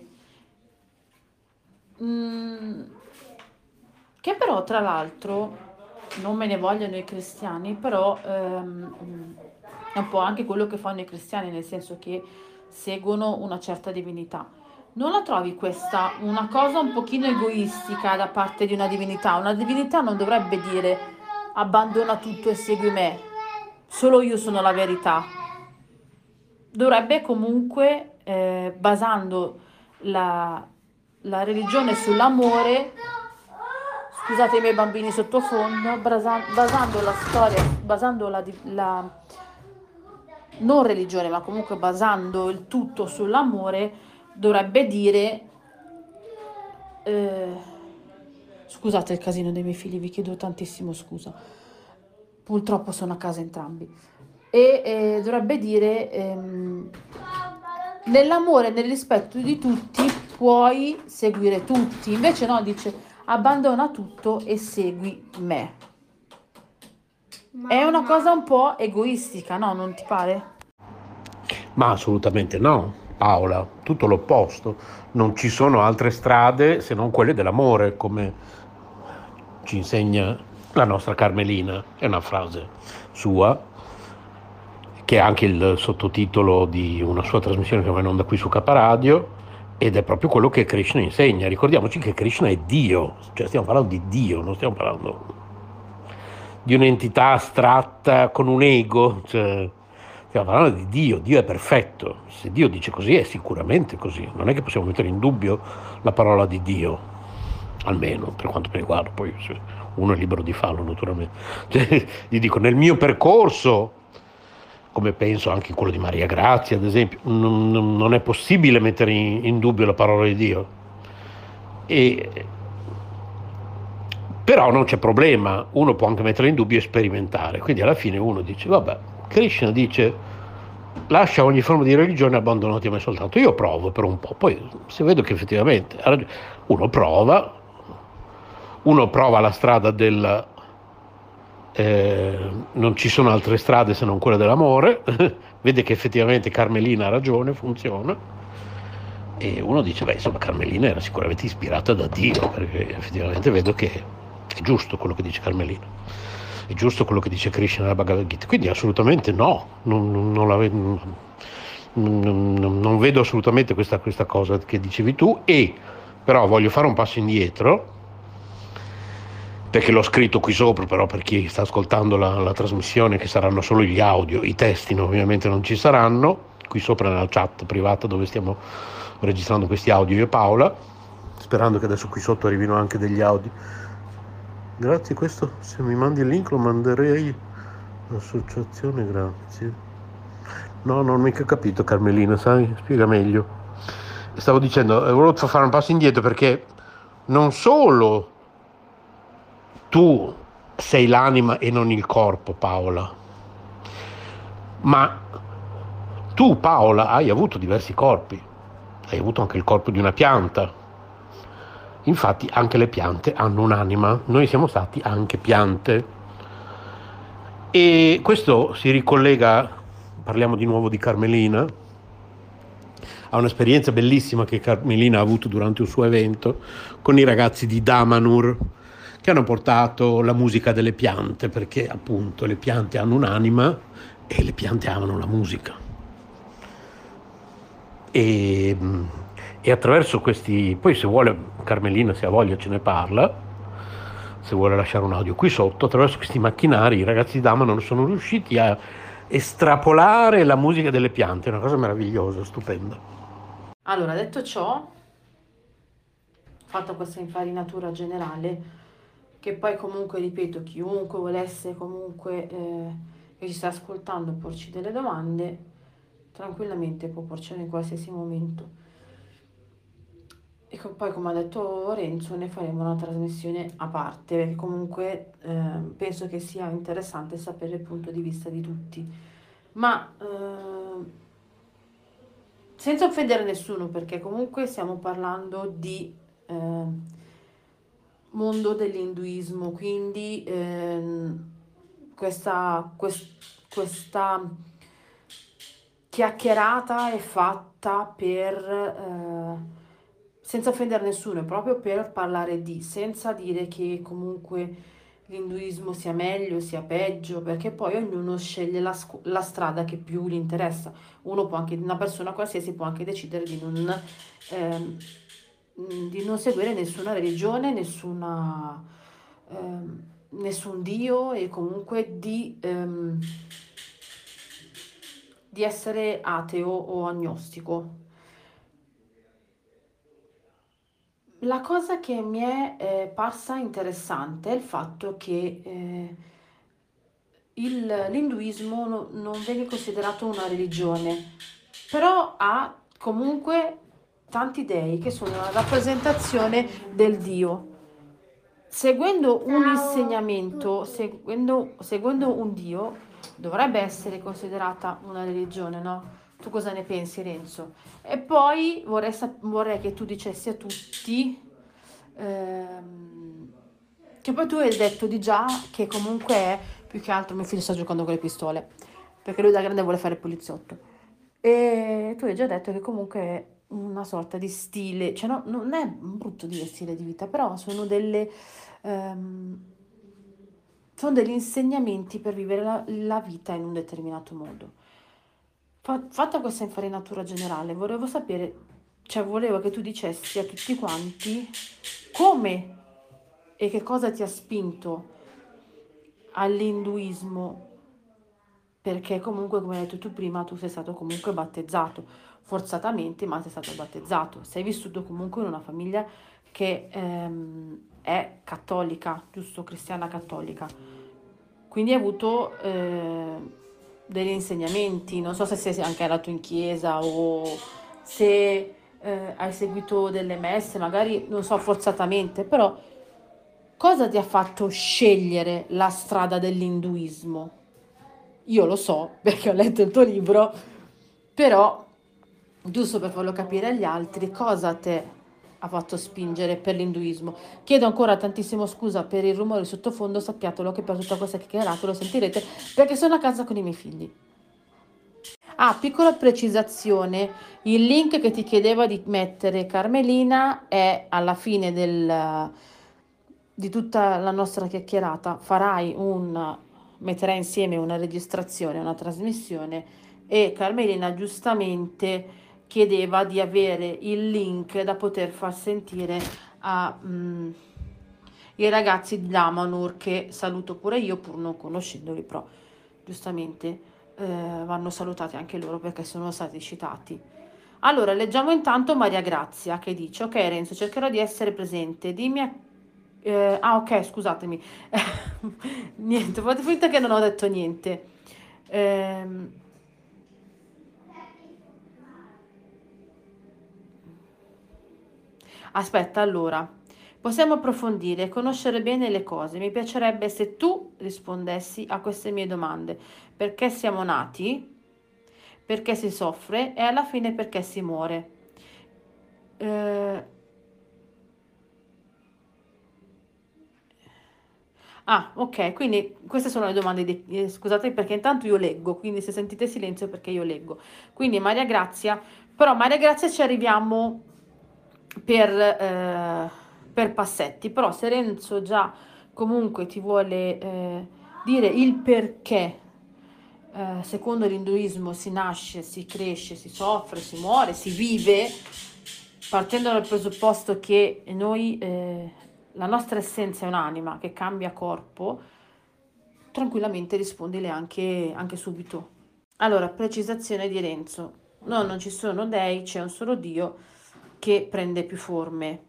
[SPEAKER 9] mm, che però tra l'altro non me ne vogliono i cristiani, però ehm, è un po' anche quello che fanno i cristiani, nel senso che seguono una certa divinità. Non la trovi questa una cosa un pochino egoistica da parte di una divinità? Una divinità non dovrebbe dire abbandona tutto e segui me, solo io sono la verità. Dovrebbe comunque, eh, basando la, la religione sull'amore, scusate i miei bambini sottofondo, basa- basando la storia, basando la, la non religione, ma comunque basando il tutto sull'amore, dovrebbe dire, eh, scusate il casino dei miei figli, vi chiedo tantissimo scusa, purtroppo sono a casa entrambi, e eh, dovrebbe dire ehm, nell'amore e nel rispetto di tutti puoi seguire tutti, invece no, dice abbandona tutto e segui me. È una cosa un po' egoistica, no? Non ti pare?
[SPEAKER 3] Ma assolutamente no, Paola, tutto l'opposto. Non ci sono altre strade se non quelle dell'amore, come ci insegna la nostra Carmelina. È una frase sua, che è anche il sottotitolo di una sua trasmissione che va in onda qui su K Radio, ed è proprio quello che Krishna insegna. Ricordiamoci che Krishna è Dio, cioè stiamo parlando di Dio, non stiamo parlando di un'entità astratta con un ego, cioè, stiamo parlando di Dio. Dio è perfetto, se Dio dice così è sicuramente così, non è che possiamo mettere in dubbio la parola di Dio, almeno per quanto mi riguarda, poi uno è libero di farlo naturalmente. Cioè, gli dico, nel mio percorso, come penso anche quello di Maria Grazia ad esempio, non, non è possibile mettere in, in dubbio la parola di Dio, e, però non c'è problema, uno può anche mettere in dubbio e sperimentare. Quindi alla fine uno dice, vabbè, Krishna dice lascia ogni forma di religione e abbandonati a me soltanto. Io provo per un po', poi se vedo che effettivamente uno prova, uno prova la strada del Eh, non ci sono altre strade se non quella dell'amore, vede che effettivamente Carmelina ha ragione, funziona, e uno dice, beh, insomma, Carmelina era sicuramente ispirata da Dio, perché effettivamente vedo che è giusto quello che dice Carmelina, è giusto quello che dice Krishna nella Bhagavad Gita, quindi assolutamente no, non, non, non, la, non, non vedo assolutamente questa, questa cosa che dicevi tu, e Però voglio fare un passo indietro, perché l'ho scritto qui sopra, però per chi sta ascoltando la, la trasmissione, che saranno solo gli audio, i testi no, ovviamente non ci saranno, qui sopra nella chat privata dove stiamo registrando questi audio io e Paola, sperando che adesso qui sotto arrivino anche degli audio. Grazie, questo se mi mandi il link lo manderei all'associazione, grazie. No, non ho mica capito, Carmelina, sai? Spiega meglio. Stavo dicendo, eh, volevo fare un passo indietro perché non solo tu sei l'anima e non il corpo, Paola, ma tu, Paola, hai avuto diversi corpi, hai avuto anche il corpo di una pianta. Infatti anche le piante hanno un'anima, noi siamo stati anche piante. E questo si ricollega, parliamo di nuovo di Carmelina, a un'esperienza bellissima che Carmelina ha avuto durante un suo evento con i ragazzi di Damanhur, che hanno portato la musica delle piante, perché appunto le piante hanno un'anima e le piante amano la musica. E, e attraverso questi, poi se vuole Carmelina, se ha voglia ce ne parla, se vuole lasciare un audio qui sotto, attraverso questi macchinari i ragazzi di Damanhur sono riusciti a estrapolare la musica delle piante, è una cosa meravigliosa, stupenda.
[SPEAKER 9] Allora, detto ciò, fatta questa infarinatura generale, che poi comunque, ripeto, chiunque volesse comunque eh, che ci sta ascoltando porci delle domande, tranquillamente può porcele in qualsiasi momento. E poi, come ha detto Renzo, ne faremo una trasmissione a parte, perché comunque eh, penso che sia interessante sapere il punto di vista di tutti. Ma eh, senza offendere nessuno, perché comunque stiamo parlando di eh, mondo dell'induismo, quindi eh, questa, quest, questa chiacchierata è fatta per, eh, senza offendere nessuno, è proprio per parlare di, senza dire che comunque l'induismo sia meglio, sia peggio, perché poi ognuno sceglie la, la strada che più gli interessa. Uno può anche, una persona qualsiasi può anche decidere di non, ehm, di non seguire nessuna religione, nessuna, ehm, nessun dio, e comunque di, ehm, di essere ateo o agnostico. La cosa che mi è eh, parsa interessante è il fatto che eh, il, l'induismo no, non viene considerato una religione, però ha comunque tanti dei che sono la rappresentazione del Dio. Seguendo un insegnamento, seguendo, seguendo un Dio, dovrebbe essere considerata una religione, no? Tu cosa ne pensi, Renzo? E poi vorrei, sap- vorrei che tu dicessi a tutti, ehm, che poi tu hai detto di già che comunque è, più che altro mio figlio sta giocando con le pistole, perché lui da grande vuole fare il poliziotto. E tu hai già detto che comunque è una sorta di stile, cioè no, non è brutto dire stile di vita, però sono delle... ehm, sono degli insegnamenti per vivere la, la vita in un determinato modo. Fatta questa infarinatura generale, volevo sapere, cioè volevo che tu dicessi a tutti quanti come e che cosa ti ha spinto all'induismo, perché comunque, come hai detto tu prima, tu sei stato comunque battezzato, forzatamente, ma sei stato battezzato, sei vissuto comunque in una famiglia che ehm, è cattolica, giusto? Cristiana cattolica, quindi hai avuto... Eh, degli insegnamenti, non so se sei anche andato in chiesa o se eh, hai seguito delle messe, magari non so forzatamente, però cosa ti ha fatto scegliere la strada dell'induismo? Io lo so perché ho letto il tuo libro, però giusto per farlo capire agli altri, cosa te ha fatto spingere per l'induismo. Chiedo ancora tantissimo scusa per il rumore sottofondo, sappiatelo che per tutta questa chiacchierata lo sentirete perché sono a casa con i miei figli. Ah, piccola precisazione, il link che ti chiedeva di mettere Carmelina è alla fine del, di tutta la nostra chiacchierata, farai un, metterai insieme una registrazione, una trasmissione, e Carmelina giustamente chiedeva di avere il link da poter far sentire a mm, i ragazzi di Lamanur, che saluto pure io pur non conoscendoli, però giustamente eh, vanno salutati anche loro perché sono stati citati. Allora, leggiamo intanto Maria Grazia che dice: ok Renzo, cercherò di essere presente, dimmi a... eh, ah ok, scusatemi. Niente, fate finta che non ho detto niente. ehm Aspetta, allora, possiamo approfondire e conoscere bene le cose. Mi piacerebbe se tu rispondessi a queste mie domande. Perché siamo nati? Perché si soffre? E alla fine perché si muore? Eh, Ah, ok, quindi queste sono le domande di... eh, scusate perché intanto io leggo, quindi se sentite silenzio è perché io leggo. Quindi Maria Grazia, però Maria Grazia ci arriviamo per, eh, per passetti, però se Renzo già comunque ti vuole eh, dire il perché, eh, secondo l'induismo si nasce, si cresce, si soffre, si muore, si vive, partendo dal presupposto che noi, eh, la nostra essenza è un'anima che cambia corpo, tranquillamente rispondile anche, anche subito. Allora, precisazione di Renzo: no, non ci sono dei, c'è un solo Dio che prende più forme.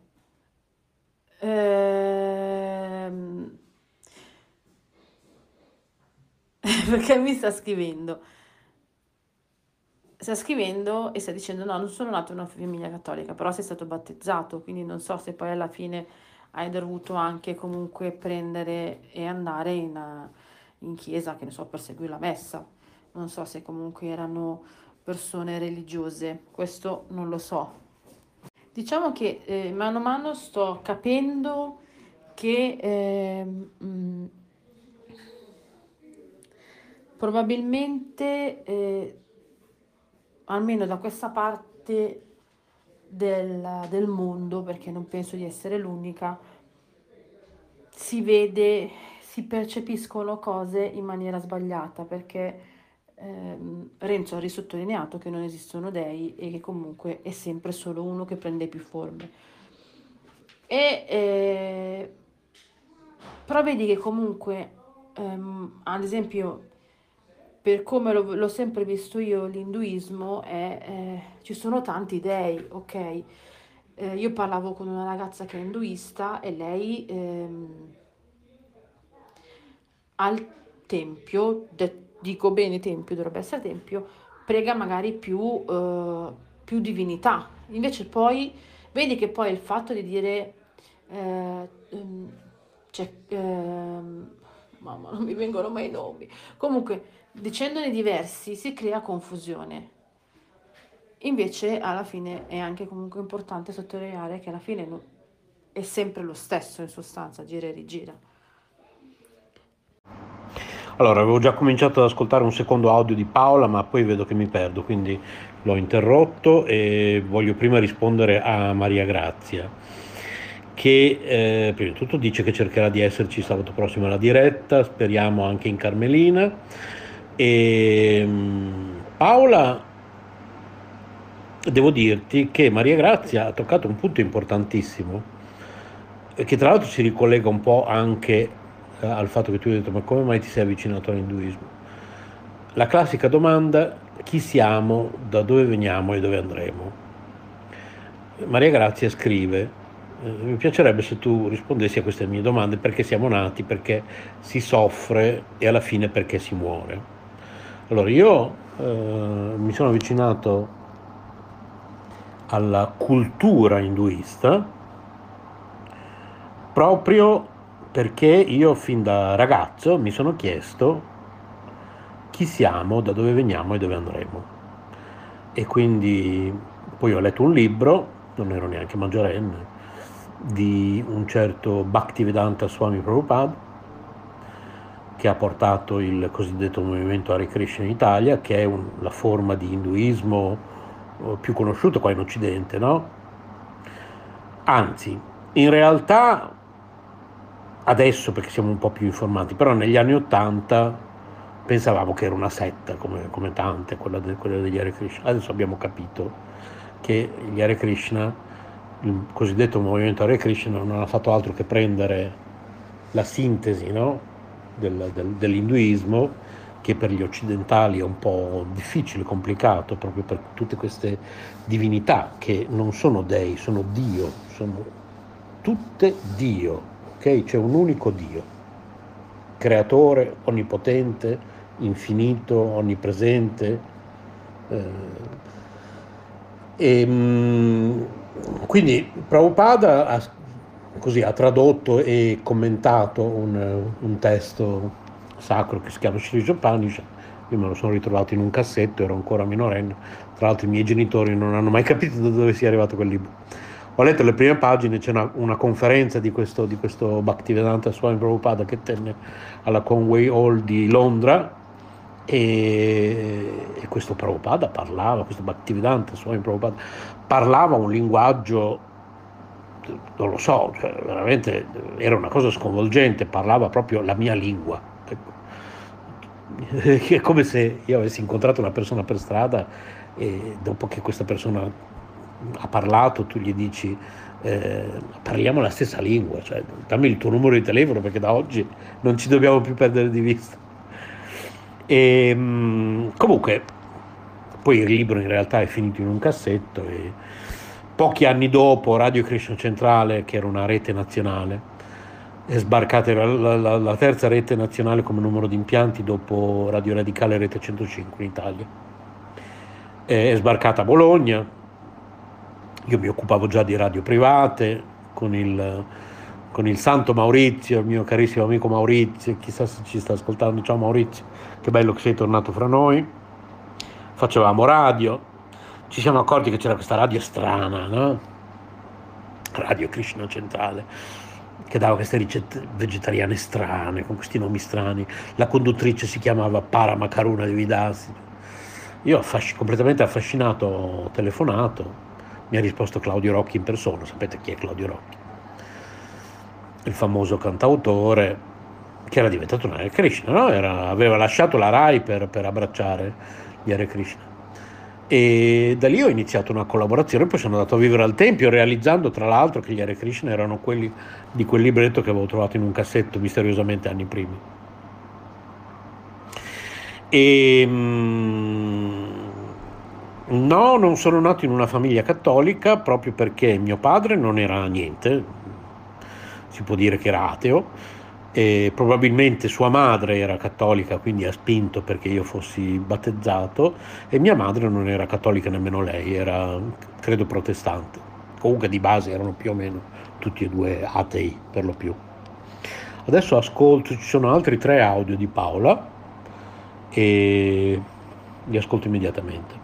[SPEAKER 9] Ehm... perché mi sta scrivendo? Sta scrivendo e sta dicendo: no, non sono nato in una famiglia cattolica, però sei stato battezzato, quindi non so se poi alla fine hai dovuto anche comunque prendere e andare in, in chiesa, che ne so, per seguire la messa. Non so se comunque erano persone religiose, questo non lo so. Diciamo che eh, mano a mano sto capendo che eh, mh, probabilmente, eh, almeno da questa parte del, del mondo, perché non penso di essere l'unica, si vede, si percepiscono cose in maniera sbagliata, perché ehm, Renzo ha risottolineato che non esistono dei e che comunque è sempre solo uno che prende più forme. E eh, però vedi che comunque, ehm, ad esempio, per come l'ho, l'ho sempre visto io, l'induismo è, eh, ci sono tanti dei, ok? Eh, io parlavo con una ragazza che è induista e lei ehm, al tempio, de- dico bene tempio, dovrebbe essere tempio, prega magari più, eh, più divinità. Invece poi vedi che poi il fatto di dire eh, ehm, cioè, ehm, mamma, non mi vengono mai i nomi, comunque dicendone diversi si crea confusione. Invece alla fine è anche comunque importante sottolineare che alla fine no, è sempre lo stesso in sostanza, gira e rigira.
[SPEAKER 3] Allora, avevo già cominciato ad ascoltare un secondo audio di Paola, ma poi vedo che mi perdo, quindi l'ho interrotto e voglio prima rispondere a Maria Grazia, che eh, prima di tutto dice che cercherà di esserci sabato prossimo alla diretta, speriamo anche in Carmelina. E um, Paola, devo dirti che Maria Grazia ha toccato un punto importantissimo, che tra l'altro si ricollega un po' anche eh, al fatto che tu hai detto: ma come mai ti sei avvicinato all'induismo? La classica domanda: chi siamo, da dove veniamo e dove andremo? Maria Grazia scrive: eh, mi piacerebbe se tu rispondessi a queste mie domande: perché siamo nati, perché si soffre e alla fine perché si muore. Allora, io eh, mi sono avvicinato alla cultura induista proprio perché io fin da ragazzo mi sono chiesto chi siamo, da dove veniamo e dove andremo. E quindi poi ho letto un libro, non ero neanche maggiorenne, di un certo Bhaktivedanta Swami Prabhupada, che ha portato il cosiddetto movimento Hare Krishna in Italia, che è un, la forma di induismo più conosciuta qua in Occidente, no? Anzi, in realtà adesso, perché siamo un po' più informati, però negli anni Ottanta pensavamo che era una setta come, come tante, quella, de, quella degli Hare Krishna. Adesso abbiamo capito che gli Hare Krishna, il cosiddetto movimento Hare Krishna, non ha fatto altro che prendere la sintesi, no? del, del, dell'induismo, che per gli occidentali è un po' difficile, complicato, proprio per tutte queste divinità che non sono dei, sono Dio, sono tutte Dio, ok? C'è un unico Dio, creatore, onnipotente, infinito, onnipresente. Eh, e, mh, quindi Prabhupada ha, così, ha tradotto e commentato un, un testo sacro che si chiama Sri Upanishad. Io me lo sono ritrovato in un cassetto, ero ancora minorenne, tra l'altro i miei genitori non hanno mai capito da dove sia arrivato quel libro. Ho letto le prime pagine, c'è una, una conferenza di questo, di questo Bhaktivedanta Swami Prabhupada che tenne alla Conway Hall di Londra, e, e questo Prabhupada parlava, questo Bhaktivedanta Swami Prabhupada parlava un linguaggio, non lo so, cioè, veramente era una cosa sconvolgente, parlava proprio la mia lingua. È come se io avessi incontrato una persona per strada e dopo che questa persona ha parlato tu gli dici eh, parliamo la stessa lingua, cioè dammi il tuo numero di telefono perché da oggi non ci dobbiamo più perdere di vista. E mh, comunque poi il libro in realtà è finito in un cassetto e pochi anni dopo Radio Krishna Centrale, che era una rete nazionale, è sbarcata la, la, la terza rete nazionale come numero di impianti dopo Radio Radicale Rete centocinque in Italia. È sbarcata a Bologna. Io mi occupavo già di radio private con il, con il santo Maurizio, il mio carissimo amico Maurizio, chissà se ci sta ascoltando, ciao Maurizio, che bello che sei tornato fra noi. Facevamo radio, ci siamo accorti che c'era questa radio strana, no? Radio Krishna Centrale, che dava queste ricette vegetariane strane, con questi nomi strani. La conduttrice si chiamava Parama Karuna Devidasi. Io affasc- completamente affascinato ho telefonato, mi ha risposto Claudio Rocchi in persona. Sapete chi è Claudio Rocchi? Il famoso cantautore che era diventato un Hare Krishna, no? Era, aveva lasciato la Rai per, per abbracciare gli Hare Krishna. E da lì ho iniziato una collaborazione, poi sono andato a vivere al Tempio, realizzando tra l'altro che gli Hare Krishna erano quelli di quel libretto che avevo trovato in un cassetto misteriosamente anni primi. E mh, no, non sono nato in una famiglia cattolica proprio perché mio padre non era niente, si può dire che era ateo. E probabilmente sua madre era cattolica, quindi ha spinto perché io fossi battezzato, e mia madre non era cattolica nemmeno lei, era credo protestante. Comunque di base erano più o meno tutti e due atei per lo più. Adesso ascolto, ci sono altri tre audio di Paola e li ascolto immediatamente.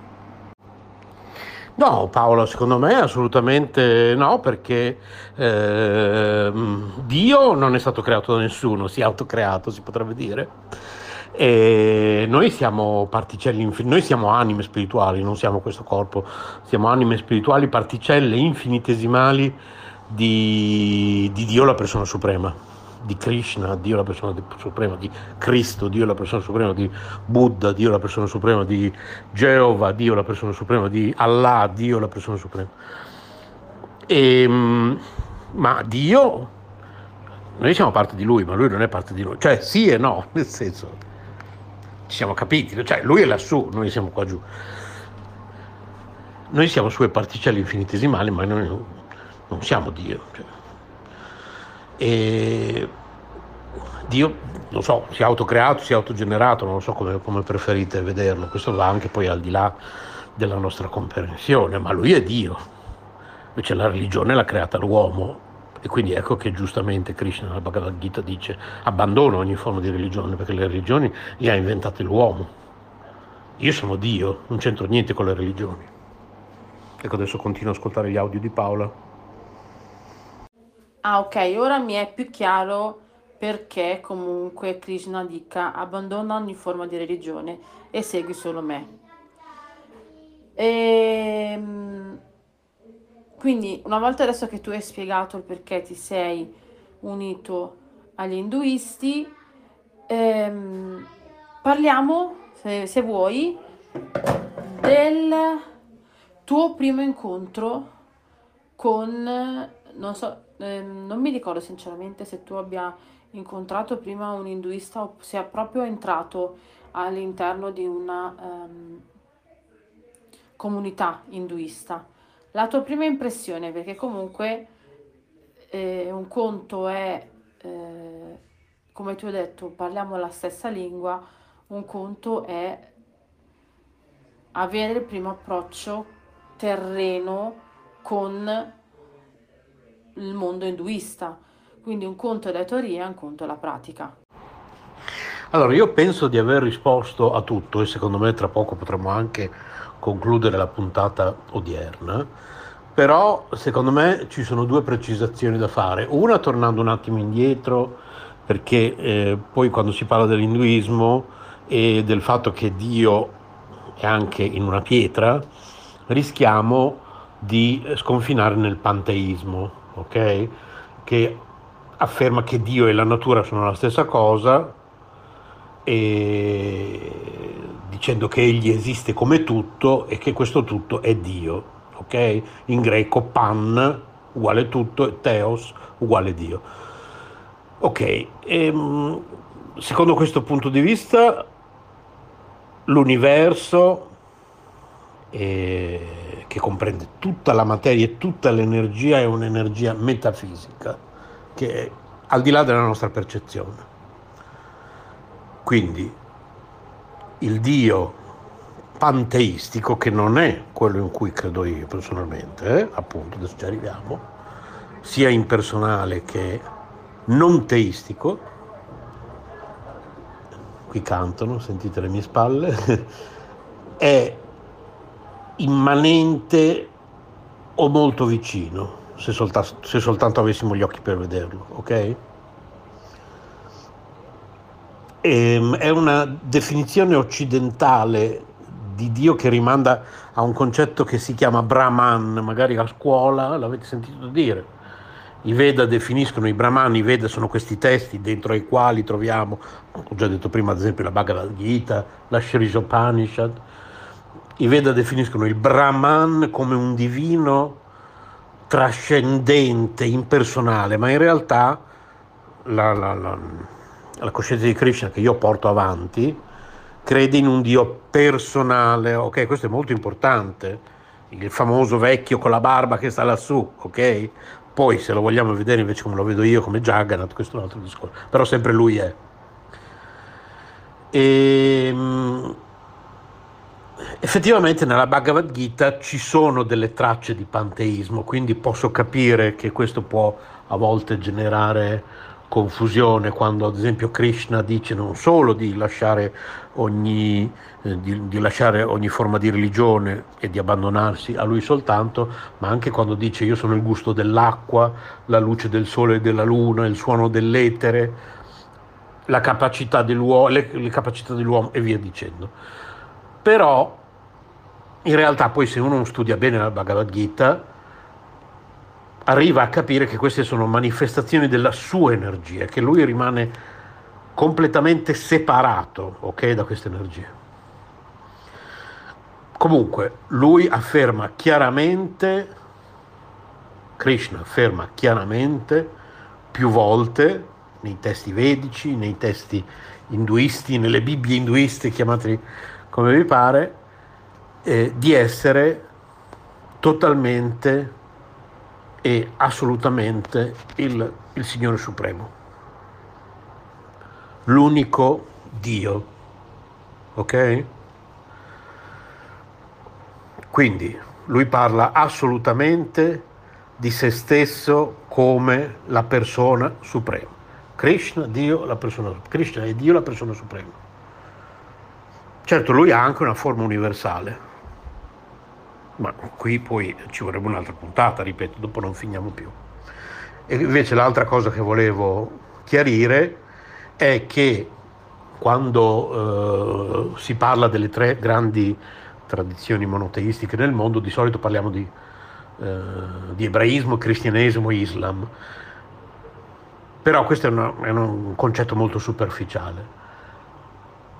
[SPEAKER 3] No, Paola, secondo me assolutamente no, perché eh, Dio non è stato creato da nessuno, si è autocreato, si potrebbe dire. E noi siamo particelle, infin- noi siamo anime spirituali, non siamo questo corpo, siamo anime spirituali, particelle infinitesimali di, di Dio, la persona suprema, di Krishna, Dio la persona suprema, di Cristo, Dio la persona suprema, di Buddha, Dio la persona suprema, di Geova, Dio la persona suprema, di Allah, Dio la persona suprema. E, ma Dio, noi siamo parte di Lui, ma Lui non è parte di noi, cioè sì e no, nel senso, ci siamo capiti, cioè Lui è lassù, noi siamo qua giù. Noi siamo sue particelle infinitesimali, ma noi non siamo Dio. Cioè. E Dio, non so, si è autocreato, si è autogenerato, non so come, come preferite vederlo, questo va anche poi al di là della nostra comprensione, ma Lui è Dio. Invece la religione l'ha creata l'uomo, e quindi ecco che giustamente Krishna nella Bhagavad Gita dice abbandona ogni forma di religione, perché le religioni le ha inventate l'uomo. Io sono Dio, non c'entro niente con le religioni. Ecco, adesso continuo ad ascoltare gli audio di Paola.
[SPEAKER 9] Ah, ok, ora mi è più chiaro perché comunque Krishna dica abbandona ogni forma di religione e segui solo me. Ehm, quindi una volta adesso che tu hai spiegato il perché ti sei unito agli induisti, ehm, parliamo, se, se vuoi, del tuo primo incontro con, non so, eh, non mi ricordo sinceramente se tu abbia incontrato prima un induista o sia proprio entrato all'interno di una um, comunità induista. La tua prima impressione, perché comunque eh, un conto è, eh, come ti ho detto, parliamo la stessa lingua, un conto è avere il primo approccio terreno con il mondo induista. Quindi un conto è la teoria, un conto è la pratica.
[SPEAKER 3] Allora, io penso di aver risposto a tutto e secondo me tra poco potremo anche concludere la puntata odierna, però secondo me ci sono due precisazioni da fare. Una, tornando un attimo indietro, perché eh, poi quando si parla dell'induismo e del fatto che Dio è anche in una pietra, rischiamo di sconfinare nel panteismo, ok? Che afferma che Dio e la natura sono la stessa cosa, e dicendo che egli esiste come tutto e che questo tutto è Dio, ok? In greco pan uguale tutto e theos uguale Dio. Ok, e, secondo questo punto di vista l'universo, eh, che comprende tutta la materia e tutta l'energia, è un'energia metafisica che è al di là della nostra percezione. Quindi il Dio panteistico, che non è quello in cui credo io personalmente, eh, appunto, adesso ci arriviamo, sia impersonale che non teistico, qui cantano, sentite le mie spalle, è immanente o molto vicino, se soltanto, se soltanto avessimo gli occhi per vederlo, ok? È una definizione occidentale di Dio che rimanda a un concetto che si chiama Brahman, magari a scuola l'avete sentito dire. I Veda definiscono i Brahman, i Veda sono questi testi dentro ai quali troviamo, ho già detto prima ad esempio la Bhagavad Gita, la Shri-Upanishad. I Veda definiscono il Brahman come un divino trascendente, impersonale, ma in realtà la, la, la la coscienza di Krishna che io porto avanti crede in un Dio personale, ok? Questo è molto importante, il famoso vecchio con la barba che sta lassù, ok? Poi se lo vogliamo vedere invece come lo vedo io, come Jagannath, questo è un altro discorso, però sempre lui è. E, effettivamente nella Bhagavad Gita ci sono delle tracce di panteismo, quindi posso capire che questo può a volte generare confusione quando ad esempio Krishna dice non solo di lasciare ogni, eh, di, di lasciare ogni forma di religione e di abbandonarsi a lui soltanto, ma anche quando dice io sono il gusto dell'acqua, la luce del sole e della luna, il suono dell'etere, la capacità dell'uomo, le, le capacità dell'uomo e via dicendo. Però in realtà poi se uno studia bene la Bhagavad Gita arriva a capire che queste sono manifestazioni della sua energia, che lui rimane completamente separato, ok, da queste energie. Comunque, lui afferma chiaramente, Krishna afferma chiaramente, più volte, nei testi vedici, nei testi induisti, nelle Bibbie induiste, chiamateli come vi pare, eh, di essere totalmente e assolutamente il, il Signore Supremo, l'unico Dio, ok? Quindi lui parla assolutamente di se stesso come la persona suprema. Krishna, Dio, la persona, Krishna è Dio, la persona suprema. Certo, lui ha anche una forma universale, ma qui poi ci vorrebbe un'altra puntata, ripeto, dopo non finiamo più. E invece l'altra cosa che volevo chiarire è che quando eh, si parla delle tre grandi tradizioni monoteistiche nel mondo, di solito parliamo di, eh, di ebraismo, cristianesimo e islam. Però questo è, una, è un concetto molto superficiale.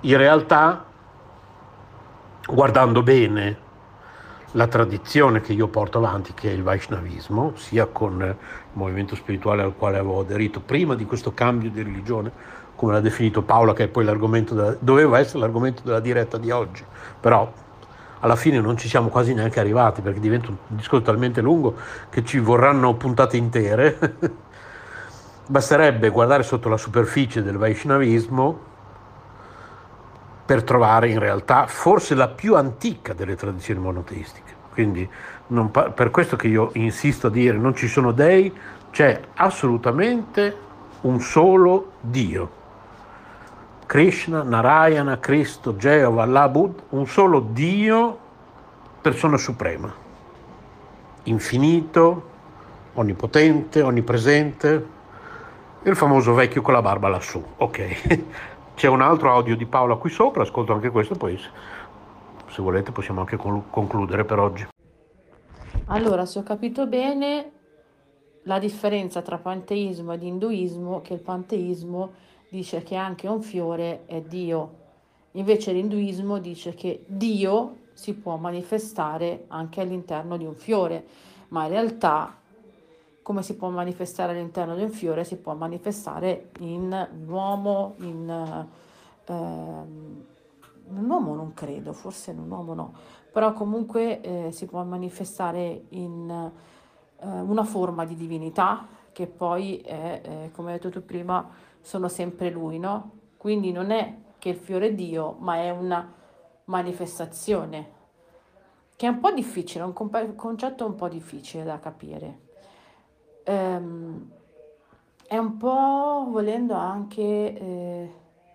[SPEAKER 3] in realtà, guardando bene la tradizione che io porto avanti, che è il Vaishnavismo, sia con il movimento spirituale al quale avevo aderito prima di questo cambio di religione, come l'ha definito Paola, che è poi l'argomento della, doveva essere l'argomento della diretta di oggi, però alla fine non ci siamo quasi neanche arrivati, perché diventa un discorso talmente lungo che ci vorranno puntate intere. Basterebbe guardare sotto la superficie del Vaishnavismo per trovare in realtà forse la più antica delle tradizioni monoteistiche. Quindi non pa- per questo che io insisto a dire non ci sono dei, c'è assolutamente un solo Dio. Krishna, Narayana, Cristo, Geova, Allah, Buddha, un solo Dio, persona suprema, infinito, onnipotente, onnipresente, il famoso vecchio con la barba lassù. Ok, c'è un altro audio di Paola qui sopra, ascolto anche questo, poi se volete possiamo anche concludere per oggi.
[SPEAKER 9] Allora, se ho capito bene, la differenza tra panteismo ed induismo, che il panteismo dice che anche un fiore è Dio, invece l'induismo dice che Dio si può manifestare anche all'interno di un fiore, ma in realtà come si può manifestare all'interno di un fiore, si può manifestare in un uomo, in eh, un uomo non credo, forse in un uomo no, però comunque eh, si può manifestare in eh, una forma di divinità che poi è, eh, come hai detto tu prima, sono sempre lui, no? Quindi non è che il fiore è Dio, ma è una manifestazione, che è un po' difficile, è un comp- concetto un po' difficile da capire. Um, è un po', volendo anche, eh,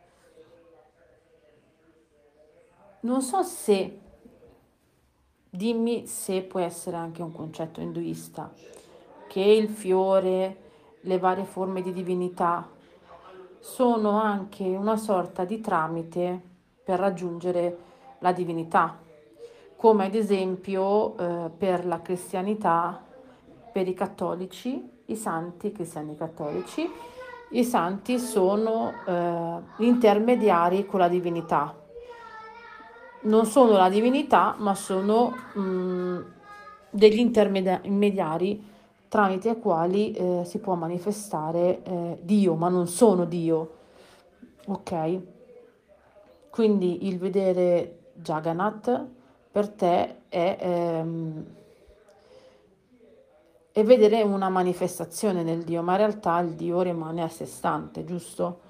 [SPEAKER 9] non so se, dimmi se può essere anche un concetto induista, che il fiore, le varie forme di divinità sono anche una sorta di tramite per raggiungere la divinità, come ad esempio eh, per la cristianità, per i cattolici, i santi, i cristiani cattolici, i santi sono eh, intermediari con la divinità. Non sono la divinità, ma sono mh, degli intermediari tramite i quali eh, si può manifestare eh, Dio, ma non sono Dio. Ok? Quindi il vedere Jagannath per te è... Ehm, e vedere una manifestazione nel Dio, ma in realtà il Dio rimane a sé stante, giusto?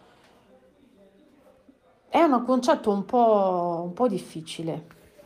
[SPEAKER 9] È un concetto un po', un po' difficile.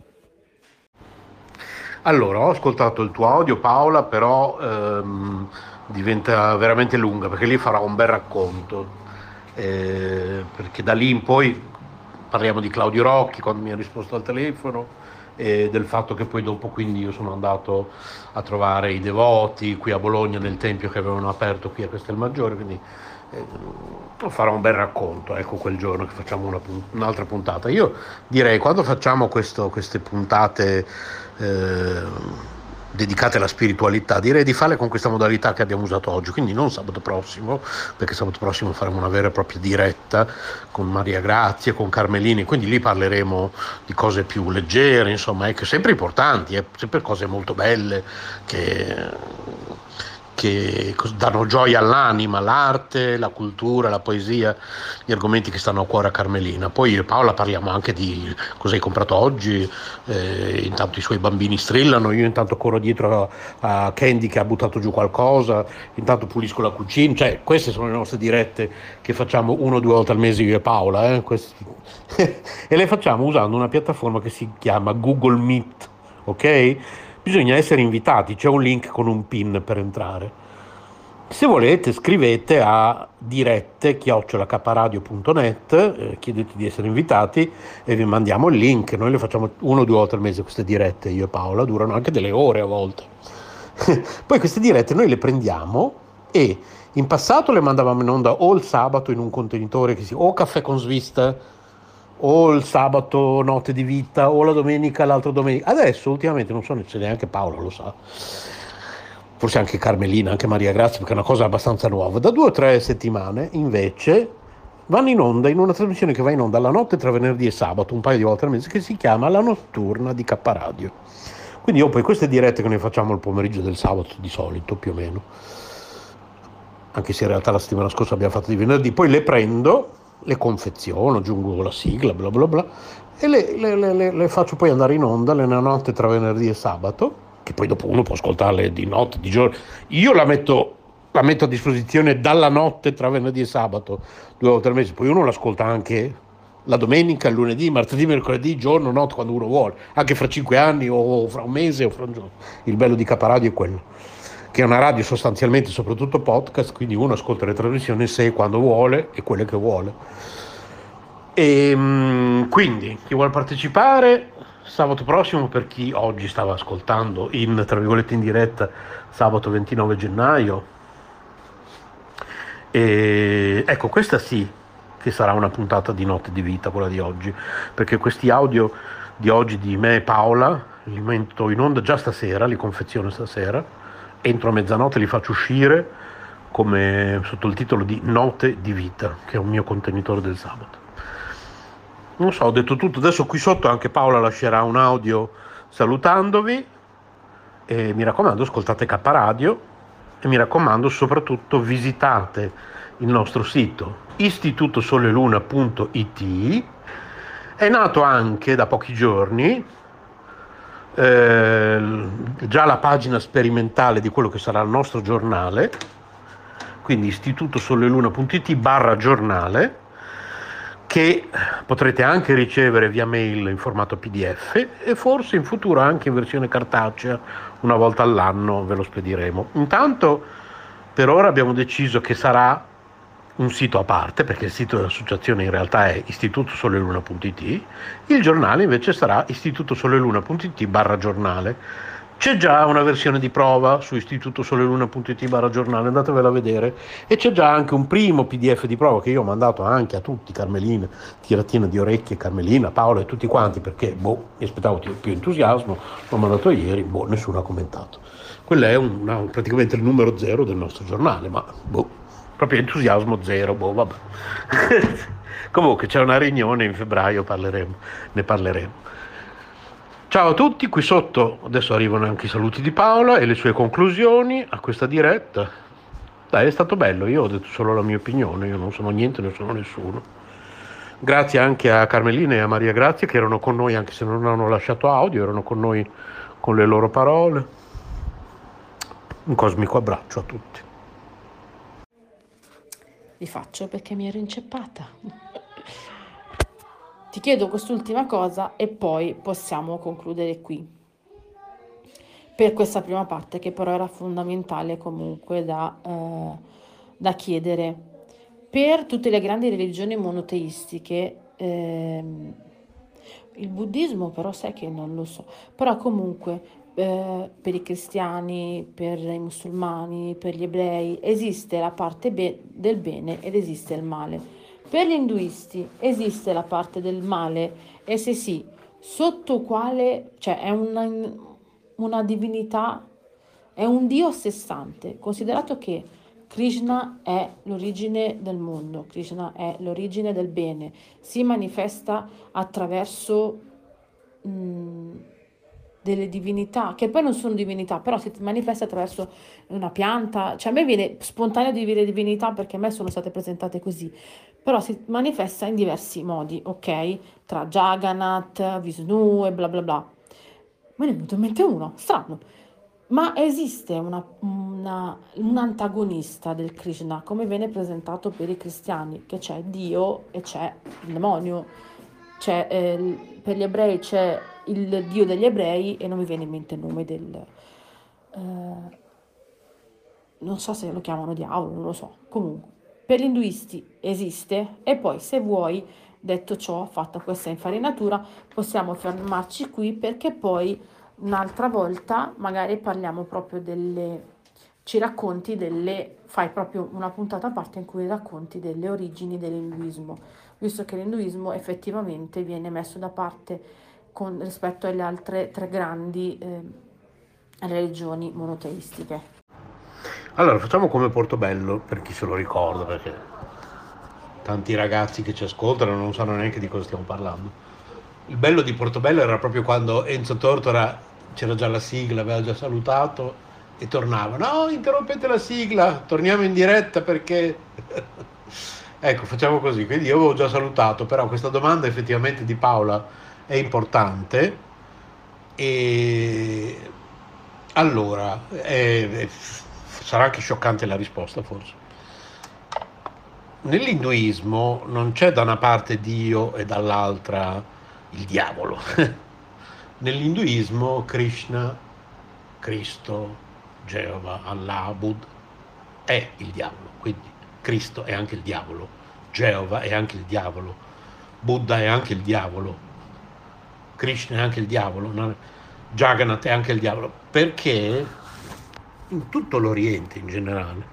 [SPEAKER 3] Allora, ho ascoltato il tuo audio, Paola, però ehm, diventa veramente lunga, perché lì farò un bel racconto, eh, perché da lì in poi parliamo di Claudio Rocchi, quando mi ha risposto al telefono, e del fatto che poi dopo quindi io sono andato a trovare i devoti qui a Bologna nel tempio che avevano aperto qui a Castelmaggiore, quindi eh, farò un bel racconto, ecco, quel giorno che facciamo una, un'altra puntata. Io direi, quando facciamo questo, queste puntate eh, dedicate alla spiritualità, direi di farle con questa modalità che abbiamo usato oggi, quindi non sabato prossimo, perché sabato prossimo faremo una vera e propria diretta con Maria Grazia, con Carmelini, quindi lì parleremo di cose più leggere, insomma, ecco, sempre importanti, eh, sempre cose molto belle che, che danno gioia all'anima, l'arte, la cultura, la poesia, gli argomenti che stanno a cuore a Carmelina. Poi io e Paola parliamo anche di cosa hai comprato oggi, eh, intanto i suoi bambini strillano, io intanto corro dietro a, a Candy che ha buttato giù qualcosa, intanto pulisco la cucina, cioè queste sono le nostre dirette che facciamo uno o due volte al mese io e Paola, eh, questi... e le facciamo usando una piattaforma che si chiama Google Meet, ok? Bisogna essere invitati, c'è un link con un pin per entrare. Se volete scrivete a dirette chiocciola kaparadio punto net, eh, chiedete di essere invitati e vi mandiamo il link. Noi le facciamo uno o due volte al mese queste dirette, io e Paola, durano anche delle ore a volte. Poi queste dirette noi le prendiamo e in passato le mandavamo in onda o il sabato in un contenitore che si o Caffè con Svista, o il sabato Notte di Vita, o la domenica l'altra domenica. Adesso ultimamente non so se neanche Paola lo sa, forse anche Carmelina, anche Maria Grazia, perché è una cosa abbastanza nuova. Da due o tre settimane invece vanno in onda in una trasmissione che va in onda la notte tra venerdì e sabato, un paio di volte al mese, che si chiama La Notturna di K Radio. Quindi io poi queste dirette che noi facciamo il pomeriggio del sabato di solito, più o meno, anche se in realtà la settimana scorsa abbiamo fatto di venerdì, poi le prendo, le confeziono, aggiungo la sigla, bla bla bla, e le, le, le, le faccio poi andare in onda la notte tra venerdì e sabato, che poi dopo uno può ascoltarle di notte, di giorno. Io la metto... la metto a disposizione dalla notte tra venerdì e sabato, due volte al mese, poi uno l'ascolta anche la domenica, il lunedì, martedì, mercoledì, giorno, notte, quando uno vuole, anche fra cinque anni o fra un mese o fra un giorno. Il bello di K Radio è quello, che è una radio sostanzialmente soprattutto podcast, quindi uno ascolta le trasmissioni se e quando vuole e quelle che vuole. E quindi chi vuole partecipare sabato prossimo, per chi oggi stava ascoltando in tra virgolette in diretta, sabato ventinove gennaio, e ecco, questa sì che sarà una puntata di Notte di Vita, quella di oggi, perché questi audio di oggi di me e Paola li metto in onda già stasera, li confeziono stasera, entro a mezzanotte li faccio uscire come sotto il titolo di Notte di Vita, che è un mio contenitore del sabato. Non so, ho detto tutto. Adesso qui sotto anche Paola lascerà un audio salutandovi, e mi raccomando, ascoltate K Radio, e mi raccomando soprattutto visitate il nostro sito istituto sole luna punto it. È nato anche da pochi giorni eh, già la pagina sperimentale di quello che sarà il nostro giornale, quindi istituto sole luna punto it barra giornale, che potrete anche ricevere via mail in formato P D F e forse in futuro anche in versione cartacea, una volta all'anno ve lo spediremo. Intanto per ora abbiamo deciso che sarà un sito a parte, perché il sito dell'associazione in realtà è istituto sole luna punto it, il giornale invece sarà istituto sole luna punto it barra giornale. C'è già una versione di prova su istituto sole luna punto it barra giornale, andatevela a vedere, e c'è già anche un primo P D F di prova che io ho mandato anche a tutti, Carmelina, tiratina di orecchie, Carmelina, Paola e tutti quanti, perché boh, mi aspettavo più entusiasmo, l'ho mandato ieri, boh, nessuno ha commentato. Quello è un, un, praticamente il numero zero del nostro giornale, ma boh, proprio entusiasmo zero, boh, vabbè. Comunque c'è una riunione in febbraio, parleremo, ne parleremo. Ciao a tutti, qui sotto adesso arrivano anche i saluti di Paola e le sue conclusioni a questa diretta. Dai, è stato bello, io ho detto solo la mia opinione, io non sono niente, non sono nessuno. Grazie anche a Carmelina e a Maria Grazia che erano con noi, anche se non hanno lasciato audio, erano con noi con le loro parole. Un cosmico abbraccio a tutti.
[SPEAKER 9] Li faccio perché mi ero inceppata. Ti chiedo quest'ultima cosa e poi possiamo concludere qui, per questa prima parte, che però era fondamentale comunque da, eh, da chiedere. Per tutte le grandi religioni monoteistiche, ehm, il buddismo però sai che non lo so, però comunque eh, per i cristiani, per i musulmani, per gli ebrei esiste la parte be- del bene ed esiste il male. Per gli induisti esiste la parte del male, e se sì, sotto quale, cioè è una, una divinità, è un dio a sé stante, considerato che Krishna è l'origine del mondo, Krishna è l'origine del bene, si manifesta attraverso mh, delle divinità, che poi non sono divinità, però si manifesta attraverso una pianta, cioè a me viene spontaneo di dire divinità perché a me sono state presentate così, però si manifesta in diversi modi, ok? Tra Jagannath, Vishnu e bla bla bla. Me ne è venuto in mente uno, strano. Ma esiste una, una, un antagonista del Krishna, come viene presentato per i cristiani, che c'è Dio e c'è il demonio. C'è, eh, per gli ebrei c'è il Dio degli ebrei e non mi viene in mente il nome del... Eh, non so se lo chiamano diavolo, non lo so. Comunque, per gli induisti esiste, e poi se vuoi, detto ciò, fatta questa infarinatura, possiamo fermarci qui, perché poi un'altra volta magari parliamo proprio delle, ci racconti delle, fai proprio una puntata a parte in cui racconti delle origini dell'induismo, visto che l'induismo effettivamente viene messo da parte con, rispetto alle altre tre grandi eh, religioni monoteistiche.
[SPEAKER 3] Allora, facciamo come Portobello, per chi se lo ricorda, perché tanti ragazzi che ci ascoltano non sanno neanche di cosa stiamo parlando. Il bello di Portobello era proprio quando Enzo Tortora, c'era già la sigla, aveva già salutato e tornava. No, interrompete la sigla, torniamo in diretta perché... Ecco, facciamo così. Quindi io avevo già salutato, però questa domanda effettivamente di Paola è importante. E allora, eh, sarà anche scioccante la risposta forse. Nell'induismo non c'è da una parte Dio e dall'altra il diavolo. Nell'induismo Krishna, Cristo, Geova, Allah, Buddha è il diavolo, quindi Cristo è anche il diavolo, Geova è anche il diavolo, Buddha è anche il diavolo, Krishna è anche il diavolo, no? Jagannath è anche il diavolo, perché in tutto l'Oriente in generale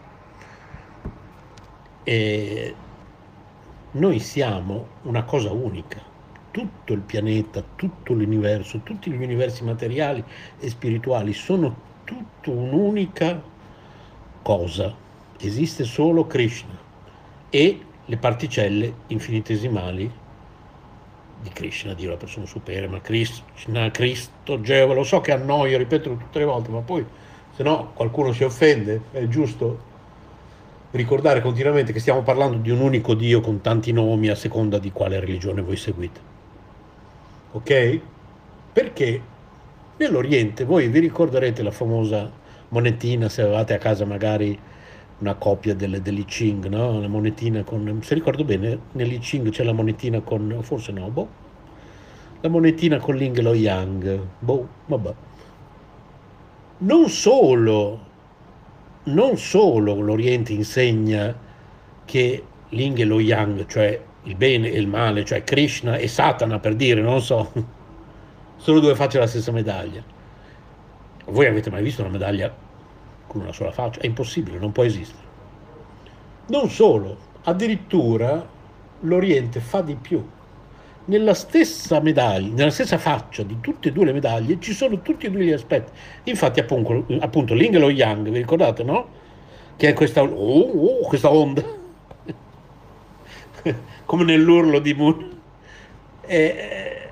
[SPEAKER 3] eh, noi siamo una cosa unica. Tutto il pianeta, tutto l'universo, tutti gli universi materiali e spirituali sono tutto un'unica cosa. Esiste solo Krishna e le particelle infinitesimali di Krishna, Dio la persona superiore, ma Krishna, Cristo, Geova, lo so che annoio, ripeto tutte le volte, ma poi se no qualcuno si offende, è giusto ricordare continuamente che stiamo parlando di un unico Dio con tanti nomi a seconda di quale religione voi seguite. Ok? Perché nell'Oriente voi vi ricorderete la famosa monetina, se avevate a casa magari una copia delle, dell'I Ching, no? La monetina con, se ricordo bene, nell'I Ching c'è la monetina con, forse no, boh, la monetina con l'Yin e lo Yang, boh, vabbè. Non solo, non solo l'Oriente insegna che l'Yin e lo Yang, cioè il bene e il male, cioè Krishna e Satana, per dire, non so, sono due facce della stessa medaglia. Voi avete mai visto una medaglia con una sola faccia? È impossibile, non può esistere. Non solo, addirittura l'Oriente fa di più. Nella stessa medaglia, nella stessa faccia di tutte e due le medaglie ci sono tutti e due gli aspetti. Infatti appunto, appunto l'Yin e lo Yang, vi ricordate, no? Che è questa, oh, oh, questa onda, come nell'urlo di Moon. E,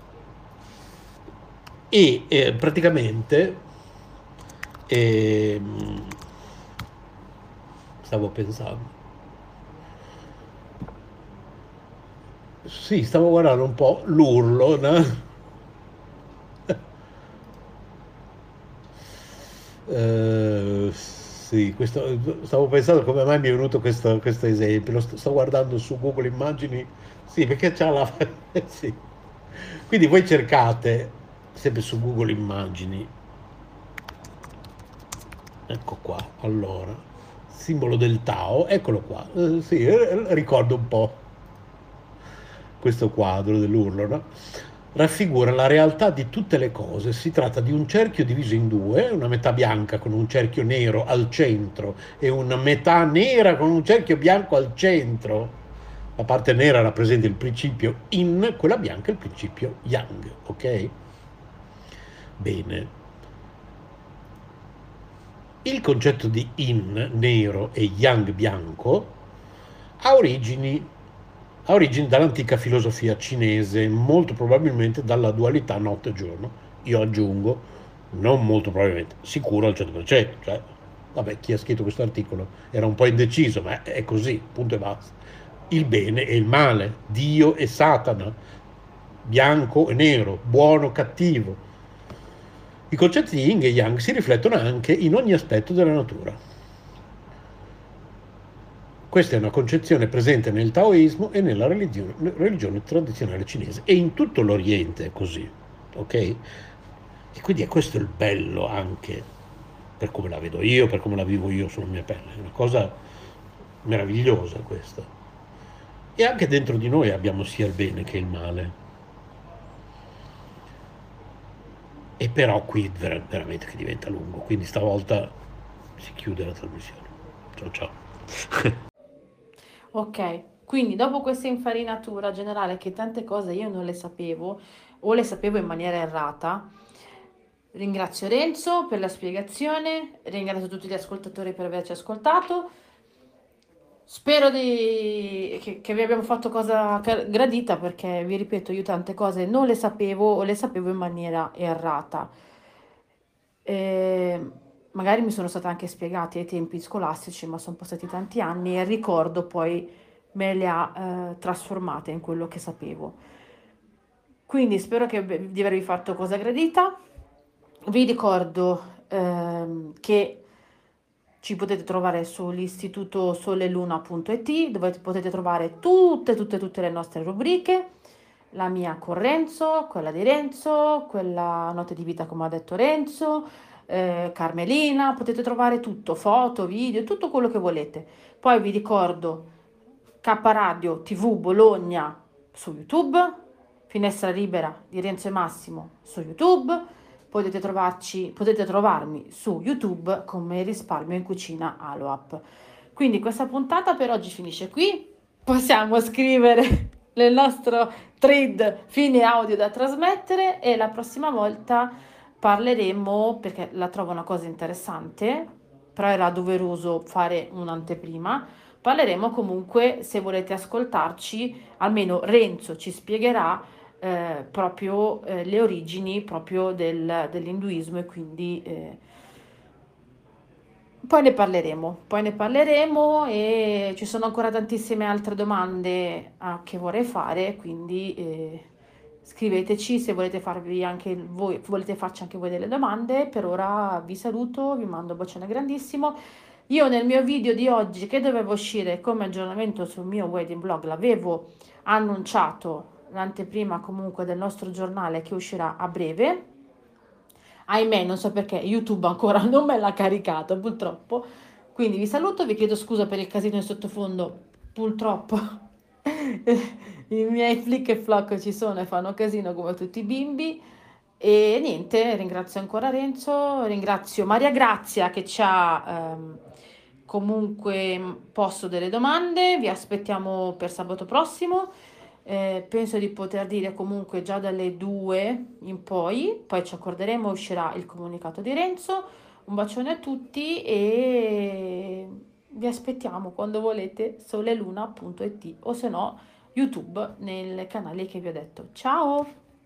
[SPEAKER 3] e, e praticamente e, stavo pensando, sì, stavo guardando un po' l'urlo, no? uh, sì, questo, stavo pensando come mai mi è venuto questo, questo esempio, lo sto, sto guardando su Google Immagini, sì, perché c'ha la... sì. Quindi voi cercate sempre su Google Immagini, ecco qua, allora, simbolo del Tao, eccolo qua, eh, sì, ricordo un po' questo quadro dell'urlo, no? Raffigura la realtà di tutte le cose. Si tratta di un cerchio diviso in due, una metà bianca con un cerchio nero al centro e una metà nera con un cerchio bianco al centro. La parte nera rappresenta il principio Yin, quella bianca il principio Yang, ok? Bene. Il concetto di Yin, nero, e Yang, bianco, ha origini ha origini dall'antica filosofia cinese, molto probabilmente dalla dualità notte e giorno. Io aggiungo, non molto probabilmente, sicuro al cento per cento, cioè, vabbè, chi ha scritto questo articolo era un po' indeciso, ma è così, punto e basta. Il bene e il male, Dio e Satana, bianco e nero, buono, cattivo. I concetti di Yin e Yang si riflettono anche in ogni aspetto della natura. Questa è una concezione presente nel taoismo e nella religione, religione tradizionale cinese, e in tutto l'Oriente è così, ok? E quindi è questo il bello anche, per come la vedo io, per come la vivo io sulla mia pelle, è una cosa meravigliosa questa. E anche dentro di noi abbiamo sia il bene che il male. E però qui ver- veramente che diventa lungo, quindi stavolta si chiude la trasmissione. Ciao ciao.
[SPEAKER 9] Ok, quindi dopo questa infarinatura generale, che tante cose io non le sapevo o le sapevo in maniera errata, ringrazio Renzo per la spiegazione, ringrazio tutti gli ascoltatori per averci ascoltato. spero di... che, che vi abbiamo fatto cosa car- gradita, perché vi ripeto, io tante cose non le sapevo o le sapevo in maniera errata. E magari mi sono stata anche spiegati ai tempi scolastici, ma sono passati tanti anni e il ricordo poi me le ha eh, trasformate in quello che sapevo. Quindi spero che, di avervi fatto cosa gradita. Vi ricordo ehm, che ci potete trovare sull'istituto soleluna punto it, dove potete trovare tutte, tutte, tutte le nostre rubriche, la mia con Renzo, quella di Renzo, quella Notte di vita come ha detto Renzo, eh, Carmelina, potete trovare tutto, foto, video, tutto quello che volete. Poi vi ricordo K Radio T V Bologna su YouTube, Finestra Libera di Renzo e Massimo su YouTube. Potete trovarci, potete trovarmi su YouTube come Risparmio in Cucina Aloap. Quindi questa puntata per oggi finisce qui. Possiamo scrivere nel nostro thread fine audio da trasmettere e la prossima volta parleremo, perché la trovo una cosa interessante, però era doveroso fare un'anteprima. Parleremo comunque, se volete ascoltarci, almeno Renzo ci spiegherà Eh, proprio eh, le origini proprio del, dell'induismo e quindi eh, poi ne parleremo, poi ne parleremo e ci sono ancora tantissime altre domande a, che vorrei fare, quindi eh, scriveteci se volete farvi anche voi, volete farci anche voi delle domande. Per ora vi saluto, vi mando un bacione grandissimo. Io nel mio video di oggi, che doveva uscire come aggiornamento sul mio wedding blog, l'avevo annunciato l'anteprima comunque del nostro giornale che uscirà a breve. Ahimè, non so perché YouTube ancora non me l'ha caricato, purtroppo. Quindi vi saluto, vi chiedo scusa per il casino in sottofondo, purtroppo i miei flick e flock ci sono e fanno casino come tutti i bimbi. E niente, ringrazio ancora Renzo, ringrazio Maria Grazia che ci ha ehm, comunque posto delle domande. Vi aspettiamo per sabato prossimo. Eh, penso di poter dire comunque già dalle due in poi, poi ci accorderemo, uscirà il comunicato di Renzo. Un bacione a tutti e vi aspettiamo quando volete soleluna punto it o se no YouTube nel canale che vi ho detto. Ciao!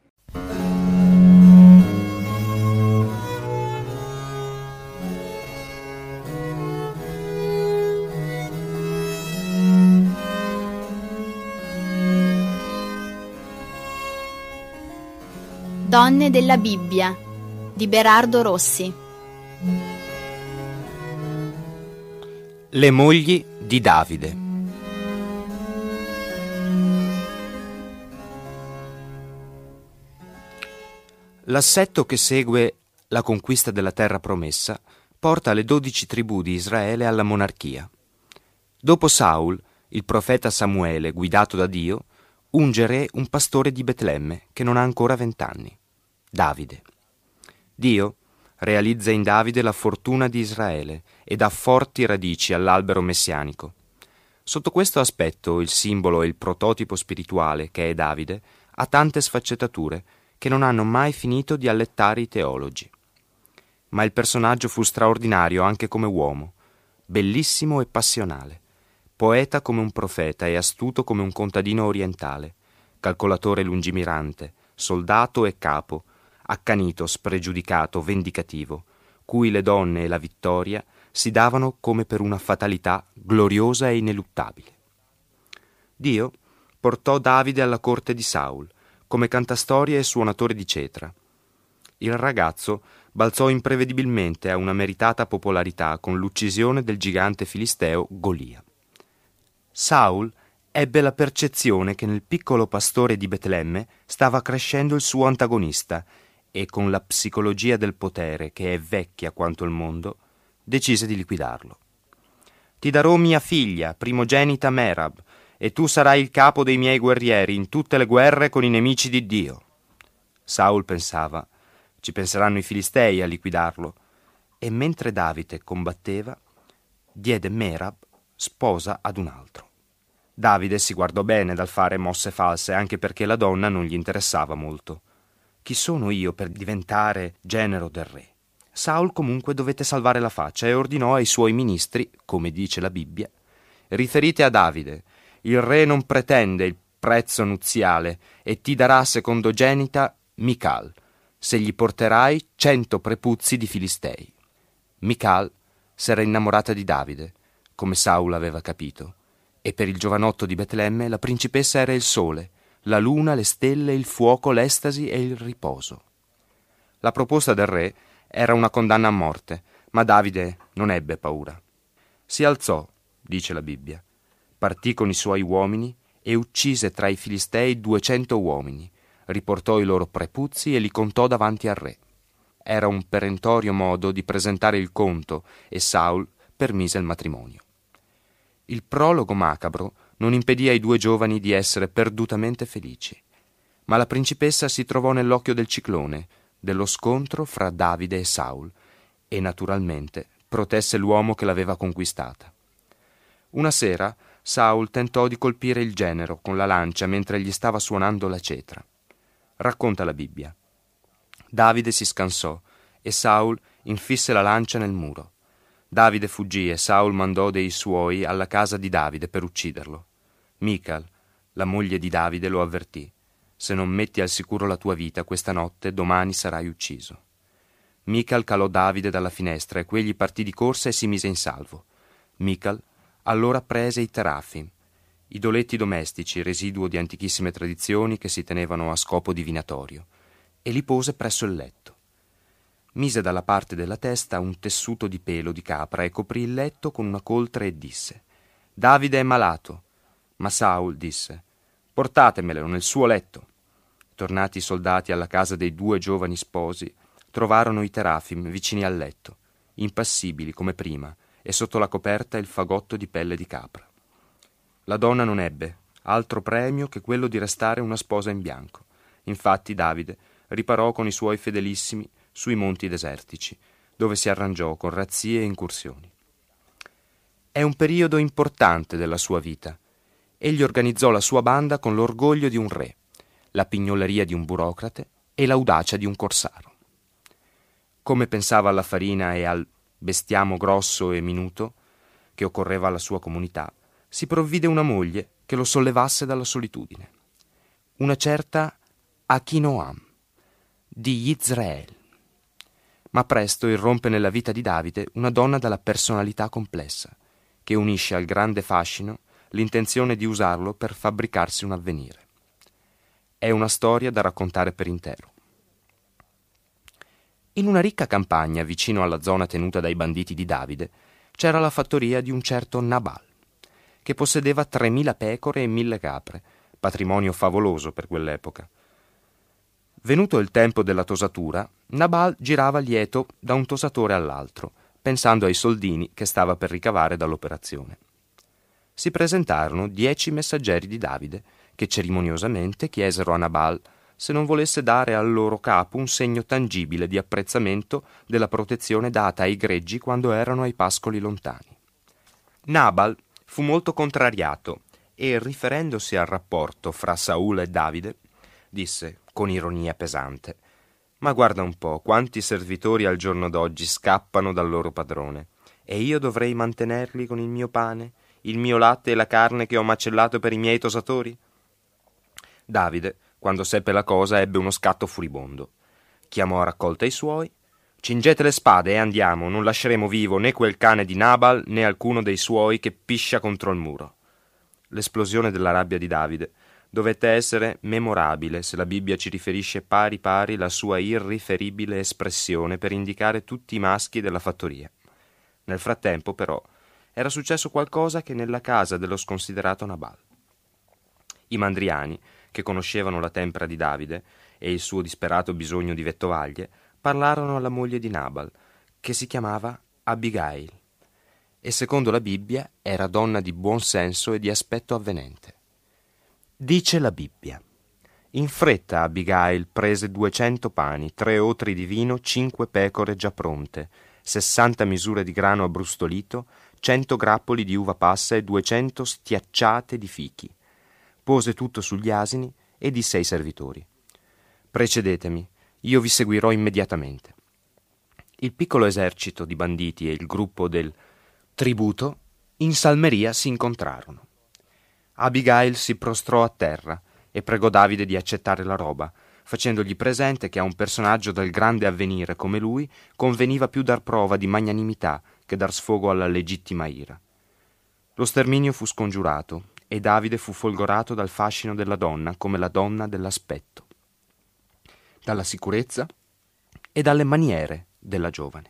[SPEAKER 10] Donne della Bibbia di Berardo Rossi.
[SPEAKER 11] Le mogli di Davide. L'assetto che segue la conquista della terra promessa porta le dodici tribù di Israele alla monarchia. Dopo Saul, il profeta Samuele, guidato da Dio, unge re un pastore di Betlemme che non ha ancora vent'anni. Davide. Dio realizza in Davide la fortuna di Israele e dà forti radici all'albero messianico. Sotto questo aspetto il simbolo e il prototipo spirituale che è Davide ha tante sfaccettature che non hanno mai finito di allettare i teologi. Ma il personaggio fu straordinario anche come uomo, bellissimo e passionale, poeta come un profeta e astuto come un contadino orientale, calcolatore lungimirante, soldato e capo, accanito, spregiudicato, vendicativo, cui le donne e la vittoria si davano come per una fatalità gloriosa e ineluttabile. Dio portò Davide alla corte di Saul, come cantastorie e suonatore di cetra. Il ragazzo balzò imprevedibilmente a una meritata popolarità con l'uccisione del gigante filisteo Golia. Saul ebbe la percezione che nel piccolo pastore di Betlemme stava crescendo il suo antagonista e con la psicologia del potere, che è vecchia quanto il mondo, decise di liquidarlo. Ti darò mia figlia, primogenita Merab, e tu sarai il capo dei miei guerrieri in tutte le guerre con i nemici di Dio. Saul pensava, ci penseranno i filistei a liquidarlo, e mentre Davide combatteva, diede Merab sposa ad un altro. Davide si guardò bene dal fare mosse false, anche perché la donna non gli interessava molto. Chi sono io per diventare genero del re? Saul comunque dovette salvare la faccia e ordinò ai suoi ministri, come dice la Bibbia, riferite a Davide, il re non pretende il prezzo nuziale e ti darà secondogenita Michal, se gli porterai cento prepuzzi di Filistei. Michal s'era innamorata di Davide, come Saul aveva capito, e per il giovanotto di Betlemme la principessa era il sole, la luna, le stelle, il fuoco, l'estasi e il riposo. La proposta del re era una condanna a morte, ma Davide non ebbe paura. Si alzò, dice la Bibbia, partì con i suoi uomini e uccise tra i Filistei duecento uomini, riportò i loro prepuzzi e li contò davanti al re. Era un perentorio modo di presentare il conto e Saul permise il matrimonio. Il prologo macabro non impedì ai due giovani di essere perdutamente felici, ma la principessa si trovò nell'occhio del ciclone, dello scontro fra Davide e Saul, e naturalmente protesse l'uomo che l'aveva conquistata. Una sera Saul tentò di colpire il genero con la lancia mentre gli stava suonando la cetra. Racconta la Bibbia. Davide si scansò e Saul infisse la lancia nel muro. Davide fuggì e Saul mandò dei suoi alla casa di Davide per ucciderlo. Michal, la moglie di Davide, lo avvertì: se non metti al sicuro la tua vita questa notte, domani sarai ucciso. Michal calò Davide dalla finestra e quegli partì di corsa e si mise in salvo. Michal allora prese i terafim, i doletti domestici, residuo di antichissime tradizioni che si tenevano a scopo divinatorio, e li pose presso il letto. Mise dalla parte della testa un tessuto di pelo di capra e coprì il letto con una coltre e disse: Davide è malato. Ma Saul disse: portatemelo nel suo letto. Tornati i soldati alla casa dei due giovani sposi, trovarono i terafim vicini al letto, impassibili come prima, e sotto la coperta il fagotto di pelle di capra. La donna non ebbe altro premio che quello di restare una sposa in bianco. Infatti Davide riparò con i suoi fedelissimi sui monti desertici, dove si arrangiò con razzie e incursioni. È un periodo importante della sua vita. Egli organizzò la sua banda con l'orgoglio di un re, la pignoleria di un burocrate e l'audacia di un corsaro. Come pensava alla farina e al bestiamo grosso e minuto che occorreva alla sua comunità, si provvide una moglie che lo sollevasse dalla solitudine. Una certa Achinoam, di Israel. Ma presto irrompe nella vita di Davide una donna dalla personalità complessa, che unisce al grande fascino l'intenzione di usarlo per fabbricarsi un avvenire. È una storia da raccontare per intero. In una ricca campagna vicino alla zona tenuta dai banditi di Davide c'era la fattoria di un certo Nabal, che possedeva tremila pecore e mille capre, patrimonio favoloso per quell'epoca. Venuto il tempo della tosatura, Nabal girava lieto da un tosatore all'altro, pensando ai soldini che stava per ricavare dall'operazione. Si presentarono dieci messaggeri di Davide, che cerimoniosamente chiesero a Nabal se non volesse dare al loro capo un segno tangibile di apprezzamento della protezione data ai greggi quando erano ai pascoli lontani. Nabal fu molto contrariato e, riferendosi al rapporto fra Saul e Davide, disse con ironia pesante: ma guarda un po' quanti servitori al giorno d'oggi scappano dal loro padrone, e io dovrei mantenerli con il mio pane, il mio latte e la carne che ho macellato per i miei tosatori? Davide, quando seppe la cosa, ebbe uno scatto furibondo. Chiamò a raccolta i suoi: cingete le spade e andiamo, non lasceremo vivo né quel cane di Nabal né alcuno dei suoi che piscia contro il muro. L'esplosione della rabbia di Davide dovette essere memorabile se la Bibbia ci riferisce pari pari la sua irriferibile espressione per indicare tutti i maschi della fattoria. Nel frattempo, però, era successo qualcosa che nella casa dello sconsiderato Nabal. I mandriani, che conoscevano la tempra di Davide e il suo disperato bisogno di vettovaglie, parlarono alla moglie di Nabal, che si chiamava Abigail, e secondo la Bibbia era donna di buon senso e di aspetto avvenente. Dice la Bibbia: in fretta Abigail prese duecento pani, tre otri di vino, cinque pecore già pronte, sessanta misure di grano abbrustolito, cento grappoli di uva passa e duecento stiacciate di fichi. Pose tutto sugli asini e disse ai servitori: precedetemi, io vi seguirò immediatamente. Il piccolo esercito di banditi e il gruppo del tributo In salmeria si incontrarono. Abigail si prostrò a terra e pregò Davide di accettare la roba, facendogli presente che a un personaggio del grande avvenire come lui conveniva più dar prova di magnanimità che dar sfogo alla legittima ira. Lo sterminio fu scongiurato e Davide fu folgorato dal fascino della donna come la donna dell'aspetto, dalla sicurezza e dalle maniere della giovane.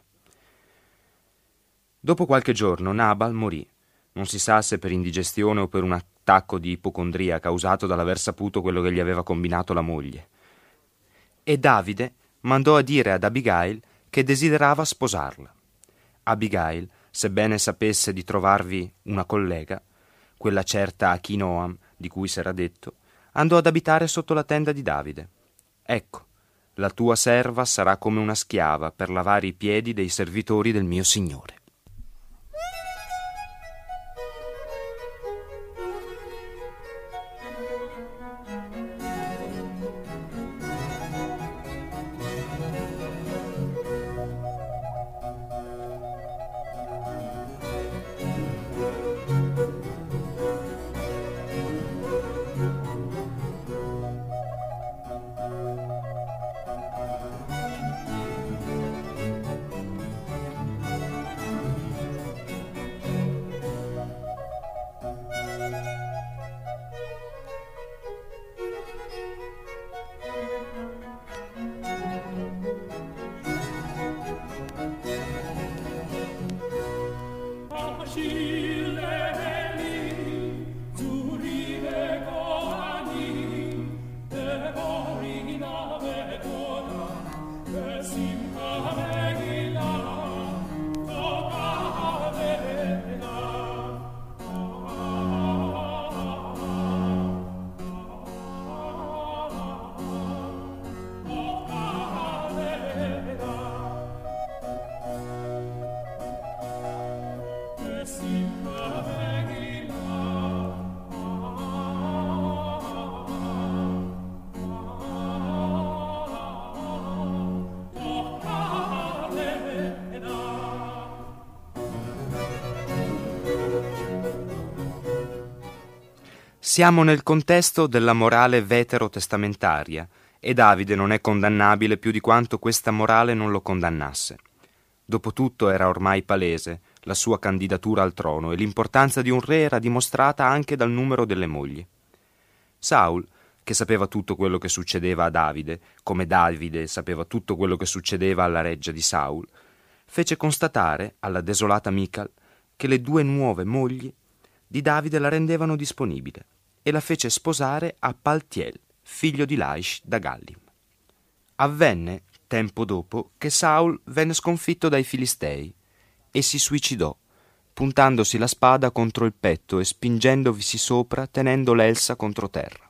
[SPEAKER 11] Dopo qualche giorno Nabal morì, non si sa se per indigestione o per un attacco di ipocondria causato dall'aver saputo quello che gli aveva combinato la moglie. E Davide mandò a dire ad Abigail che desiderava sposarla. Abigail, sebbene sapesse di trovarvi una collega, quella certa Achinoam di cui s'era detto, andò ad abitare sotto la tenda di Davide. Ecco, la tua serva sarà come una schiava per lavare i piedi dei servitori del mio signore. Siamo nel contesto della morale veterotestamentaria e Davide non è condannabile più di quanto questa morale non lo condannasse. Dopotutto era ormai palese la sua candidatura al trono e l'importanza di un re era dimostrata anche dal numero delle mogli. Saul, che sapeva tutto quello che succedeva a Davide, come Davide sapeva tutto quello che succedeva alla reggia di Saul, fece constatare alla desolata Michal che le due nuove mogli di Davide la rendevano disponibile e la fece sposare a Paltiel, figlio di Laish da Gallim. Avvenne, tempo dopo, che Saul venne sconfitto dai Filistei e si suicidò, puntandosi la spada contro il petto e spingendovisi sopra, tenendo l'elsa contro terra.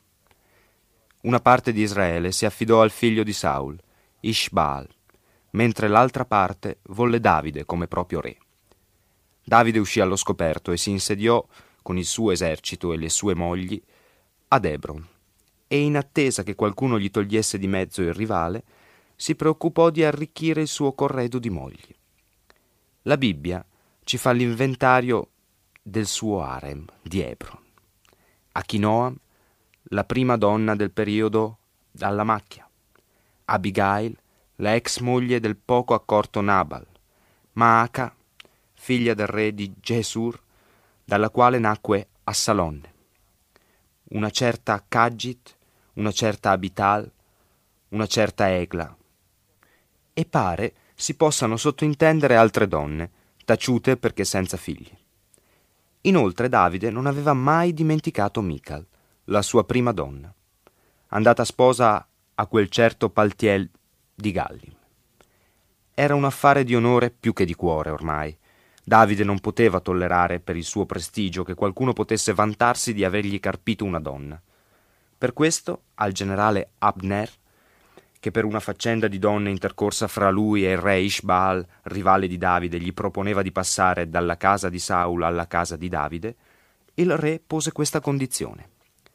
[SPEAKER 11] Una parte di Israele si affidò al figlio di Saul, Ishbaal, mentre l'altra parte volle Davide come proprio re. Davide uscì allo scoperto e si insediò con il suo esercito e le sue mogli ad Hebron, e in attesa che qualcuno gli togliesse di mezzo il rivale, si preoccupò di arricchire il suo corredo di mogli. La Bibbia ci fa l'inventario del suo harem di Hebron. Achinoam, la prima donna del periodo alla macchia. Abigail, la ex moglie del poco accorto Nabal. Maaca, figlia del re di Gesur, dalla quale nacque Assalonne. Una certa Cagit, una certa Abital, una certa Egla. E pare si possano sottointendere altre donne, taciute perché senza figli. Inoltre Davide non aveva mai dimenticato Michal, la sua prima donna, andata sposa a quel certo Paltiel di Gallim. Era un affare di onore più che di cuore ormai. Davide non poteva tollerare per il suo prestigio che qualcuno potesse vantarsi di avergli carpito una donna. Per questo al generale Abner, che per una faccenda di donne intercorsa fra lui e il re Ishbaal, rivale di Davide, gli proponeva di passare dalla casa di Saul alla casa di Davide, il re pose questa condizione.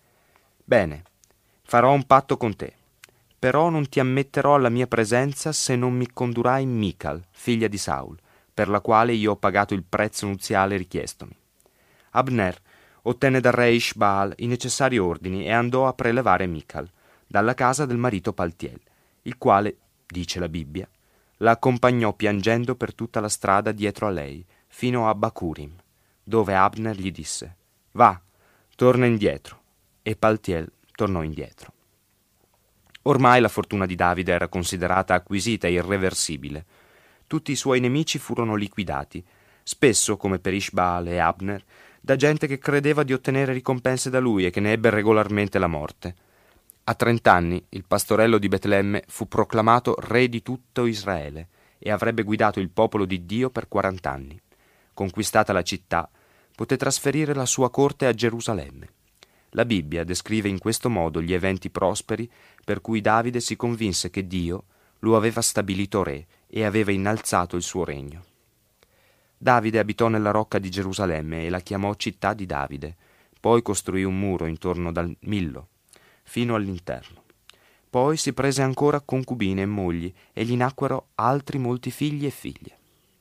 [SPEAKER 11] Bene, farò un patto con te, però non ti ammetterò alla mia presenza se non mi condurrai Michal, figlia di Saul, per la quale io ho pagato il prezzo nuziale richiestomi. Abner ottenne dal re Ishbaal i necessari ordini e andò a prelevare Michal dalla casa del marito Paltiel, il quale, dice la Bibbia, la accompagnò piangendo per tutta la strada dietro a lei, fino a Bacurim, dove Abner gli disse: «Va, torna indietro». E Paltiel tornò indietro. Ormai la fortuna di Davide era considerata acquisita e irreversibile. Tutti i suoi nemici furono liquidati, spesso, come per Ishbaal e Abner, da gente che credeva di ottenere ricompense da lui e che ne ebbe regolarmente la morte. A trent'anni il pastorello di Betlemme fu proclamato re di tutto Israele e avrebbe guidato il popolo di Dio per quarant'anni. Conquistata la città, poté trasferire la sua corte a Gerusalemme. La Bibbia descrive in questo modo gli eventi prosperi per cui Davide si convinse che Dio lo aveva stabilito re e aveva innalzato il suo regno. Davide abitò nella rocca di Gerusalemme e la chiamò città di Davide. Poi costruì un muro intorno dal Millo fino all'interno. Poi si prese ancora concubine e mogli e gli nacquero altri molti figli e figlie.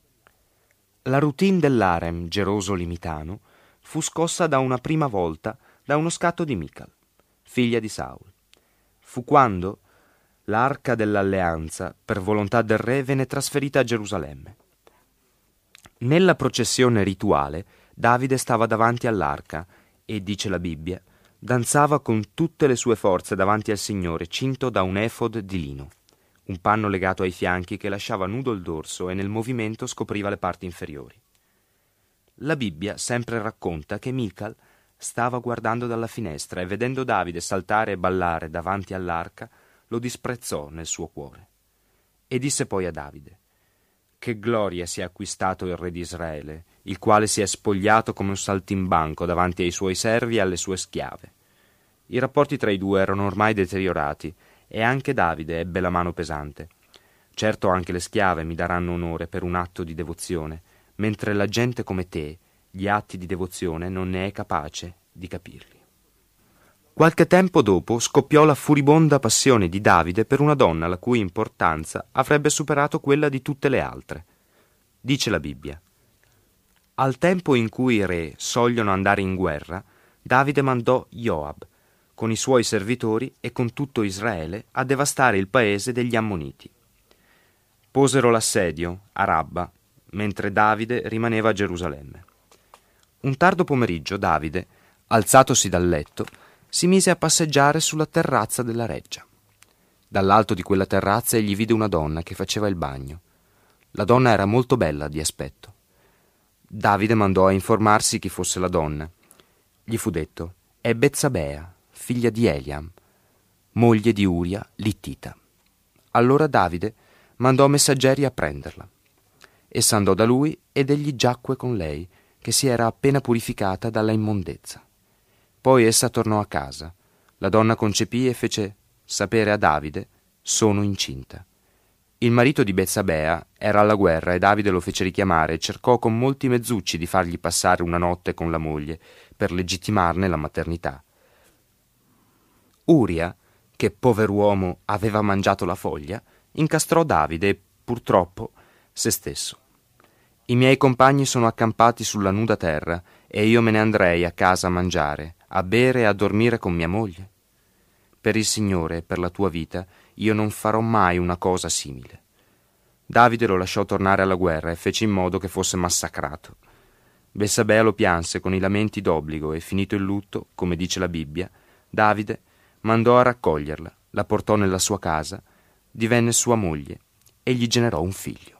[SPEAKER 11] La routine dell'harem gerosolimitano fu scossa da una prima volta da uno scatto di Michal, figlia di Saul. Fu quando l'arca dell'alleanza, per volontà del re, venne trasferita a Gerusalemme. Nella processione rituale, Davide stava davanti all'arca e, dice la Bibbia, danzava con tutte le sue forze davanti al Signore, cinto da un efod di lino, un panno legato ai fianchi che lasciava nudo il dorso e nel movimento scopriva le parti inferiori. La Bibbia sempre racconta che Michal stava guardando dalla finestra e vedendo Davide saltare e ballare davanti all'arca, lo disprezzò nel suo cuore. E disse poi a Davide: «Che gloria si è acquistato il re di Israele, il quale si è spogliato come un saltimbanco davanti ai suoi servi e alle sue schiave». I rapporti tra i due erano ormai deteriorati e anche Davide ebbe la mano pesante. «Certo anche le schiave mi daranno onore per un atto di devozione, mentre la gente come te gli atti di devozione non ne è capace di capirli». Qualche tempo dopo scoppiò la furibonda passione di Davide per una donna la cui importanza avrebbe superato quella di tutte le altre. Dice la Bibbia: «Al tempo in cui i re sogliono andare in guerra, Davide mandò Joab con i suoi servitori e con tutto Israele a devastare il paese degli Ammoniti. Posero l'assedio a Rabba, mentre Davide rimaneva a Gerusalemme. Un tardo pomeriggio Davide, alzatosi dal letto, si mise a passeggiare sulla terrazza della reggia. Dall'alto di quella terrazza egli vide una donna che faceva il bagno. La donna era molto bella di aspetto. Davide mandò a informarsi chi fosse la donna. Gli fu detto: «È Betsabea, figlia di Eliam, moglie di Uria l'Ittita». Allora Davide mandò messaggeri a prenderla. Essa andò da lui ed egli giacque con lei, che si era appena purificata dalla immondezza. Poi essa tornò a casa. La donna concepì e fece sapere a Davide: «Sono incinta». Il marito di Betsabea era alla guerra e Davide lo fece richiamare e cercò con molti mezzucci di fargli passare una notte con la moglie per legittimarne la maternità. Uria, che pover'uomo aveva mangiato la foglia, incastrò Davide e purtroppo se stesso. «I miei compagni sono accampati sulla nuda terra e io me ne andrei a casa a mangiare, a bere e a dormire con mia moglie? Per il Signore e per la tua vita io non farò mai una cosa simile». Davide lo lasciò tornare alla guerra e fece in modo che fosse massacrato. Betsabea lo pianse con i lamenti d'obbligo e, finito il lutto, come dice la Bibbia, Davide mandò a raccoglierla, la portò nella sua casa, divenne sua moglie e gli generò un figlio.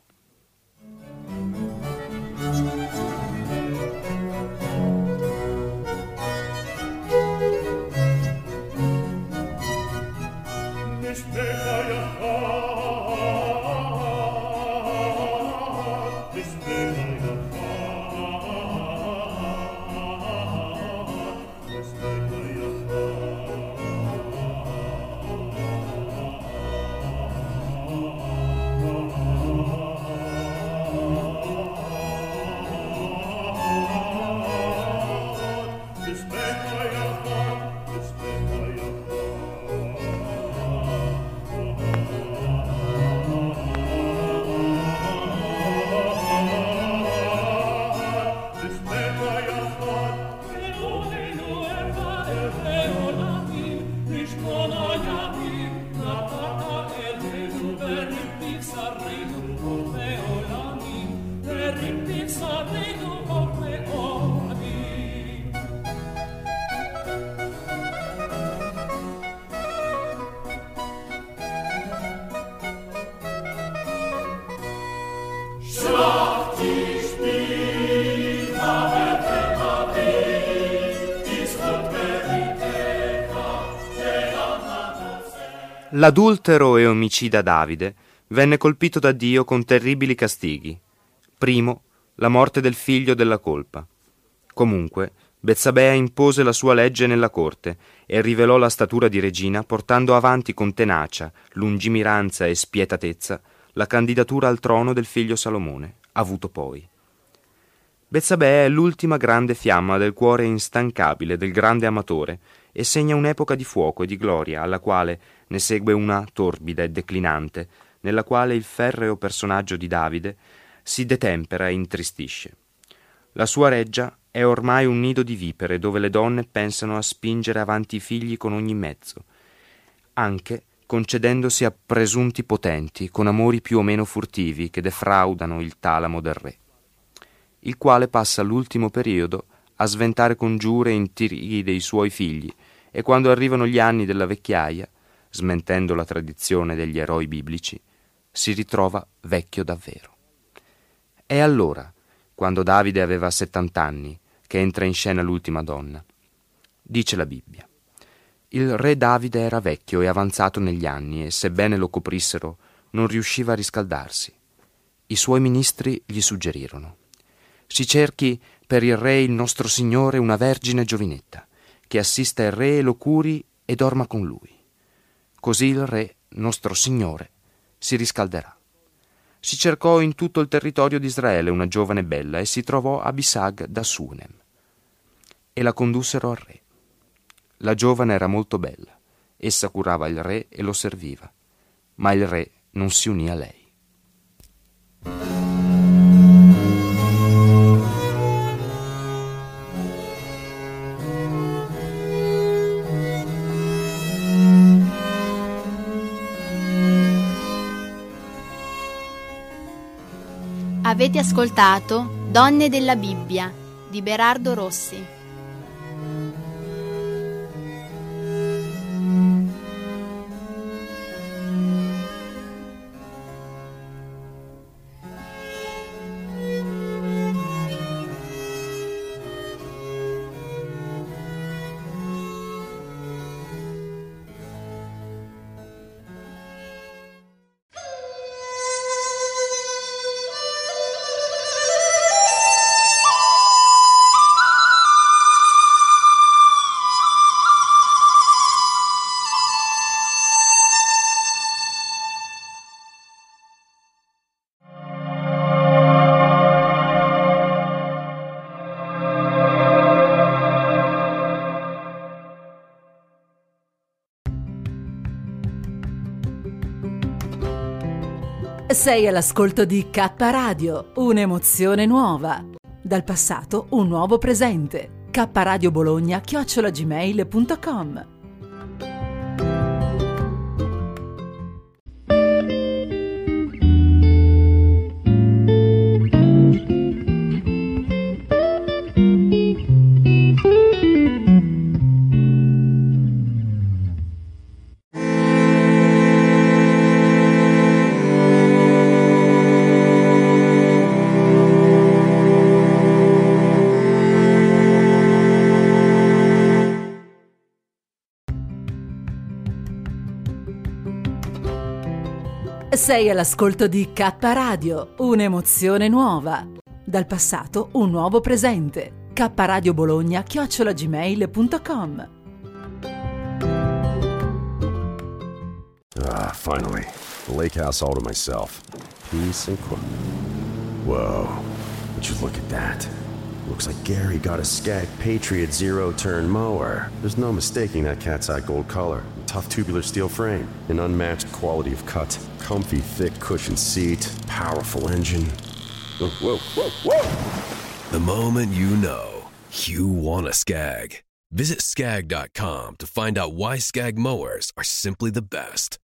[SPEAKER 11] L'adultero e omicida Davide venne colpito da Dio con terribili castighi. Primo, la morte del figlio della colpa. Comunque, Betsabea impose la sua legge nella corte e rivelò la statura di regina, portando avanti con tenacia, lungimiranza e spietatezza la candidatura al trono del figlio Salomone, avuto poi. Betsabea è l'ultima grande fiamma del cuore instancabile del grande amatore e segna un'epoca di fuoco e di gloria alla quale ne segue una torbida e declinante, nella quale il ferreo personaggio di Davide si detempera e intristisce. La sua reggia è ormai un nido di vipere dove le donne pensano a spingere avanti i figli con ogni mezzo, anche concedendosi a presunti potenti con amori più o meno furtivi che defraudano il talamo del re, il quale passa l'ultimo periodo a sventare congiure e intrighi dei suoi figli e quando arrivano gli anni della vecchiaia, smentendo la tradizione degli eroi biblici, si ritrova vecchio davvero. È allora, quando Davide aveva settant'anni, che entra in scena l'ultima donna. Dice la Bibbia: il re Davide era vecchio e avanzato negli anni e, sebbene lo coprissero, non riusciva a riscaldarsi. I suoi ministri gli suggerirono: si cerchi per il re il nostro Signore una vergine giovinetta, che assista il re e lo curi e dorma con lui. Così il re, nostro Signore, si riscalderà. Si cercò in tutto il territorio di Israele una giovane bella e si trovò Abisag da Sunem e la condussero al re. La giovane era molto bella, essa curava il re e lo serviva, ma il re non si unì a lei.
[SPEAKER 10] Avete ascoltato Donne della Bibbia di Berardo Rossi.
[SPEAKER 7] Sei all'ascolto di K Radio, un'emozione nuova. Dal passato un nuovo presente. K Radio Bologna chiocciola gmail punto com. Sei all'ascolto di K Radio, un'emozione nuova. Dal passato un nuovo presente. K Radio Bologna chiocciola gmail punto com.
[SPEAKER 12] Ah, finally. The lake house all to myself. Peace and quiet. Whoa, would you look at that? Looks like Gary got a Skag Patriot zero-turn mower. There's no mistaking that cat's eye gold color. Tough tubular steel frame. An unmatched quality of cut. Comfy, thick cushioned seat. Powerful engine. Whoa, whoa, whoa, whoa!
[SPEAKER 13] The moment you know, you want a Skag. Visit skag dot com to find out why Skag mowers are simply the best.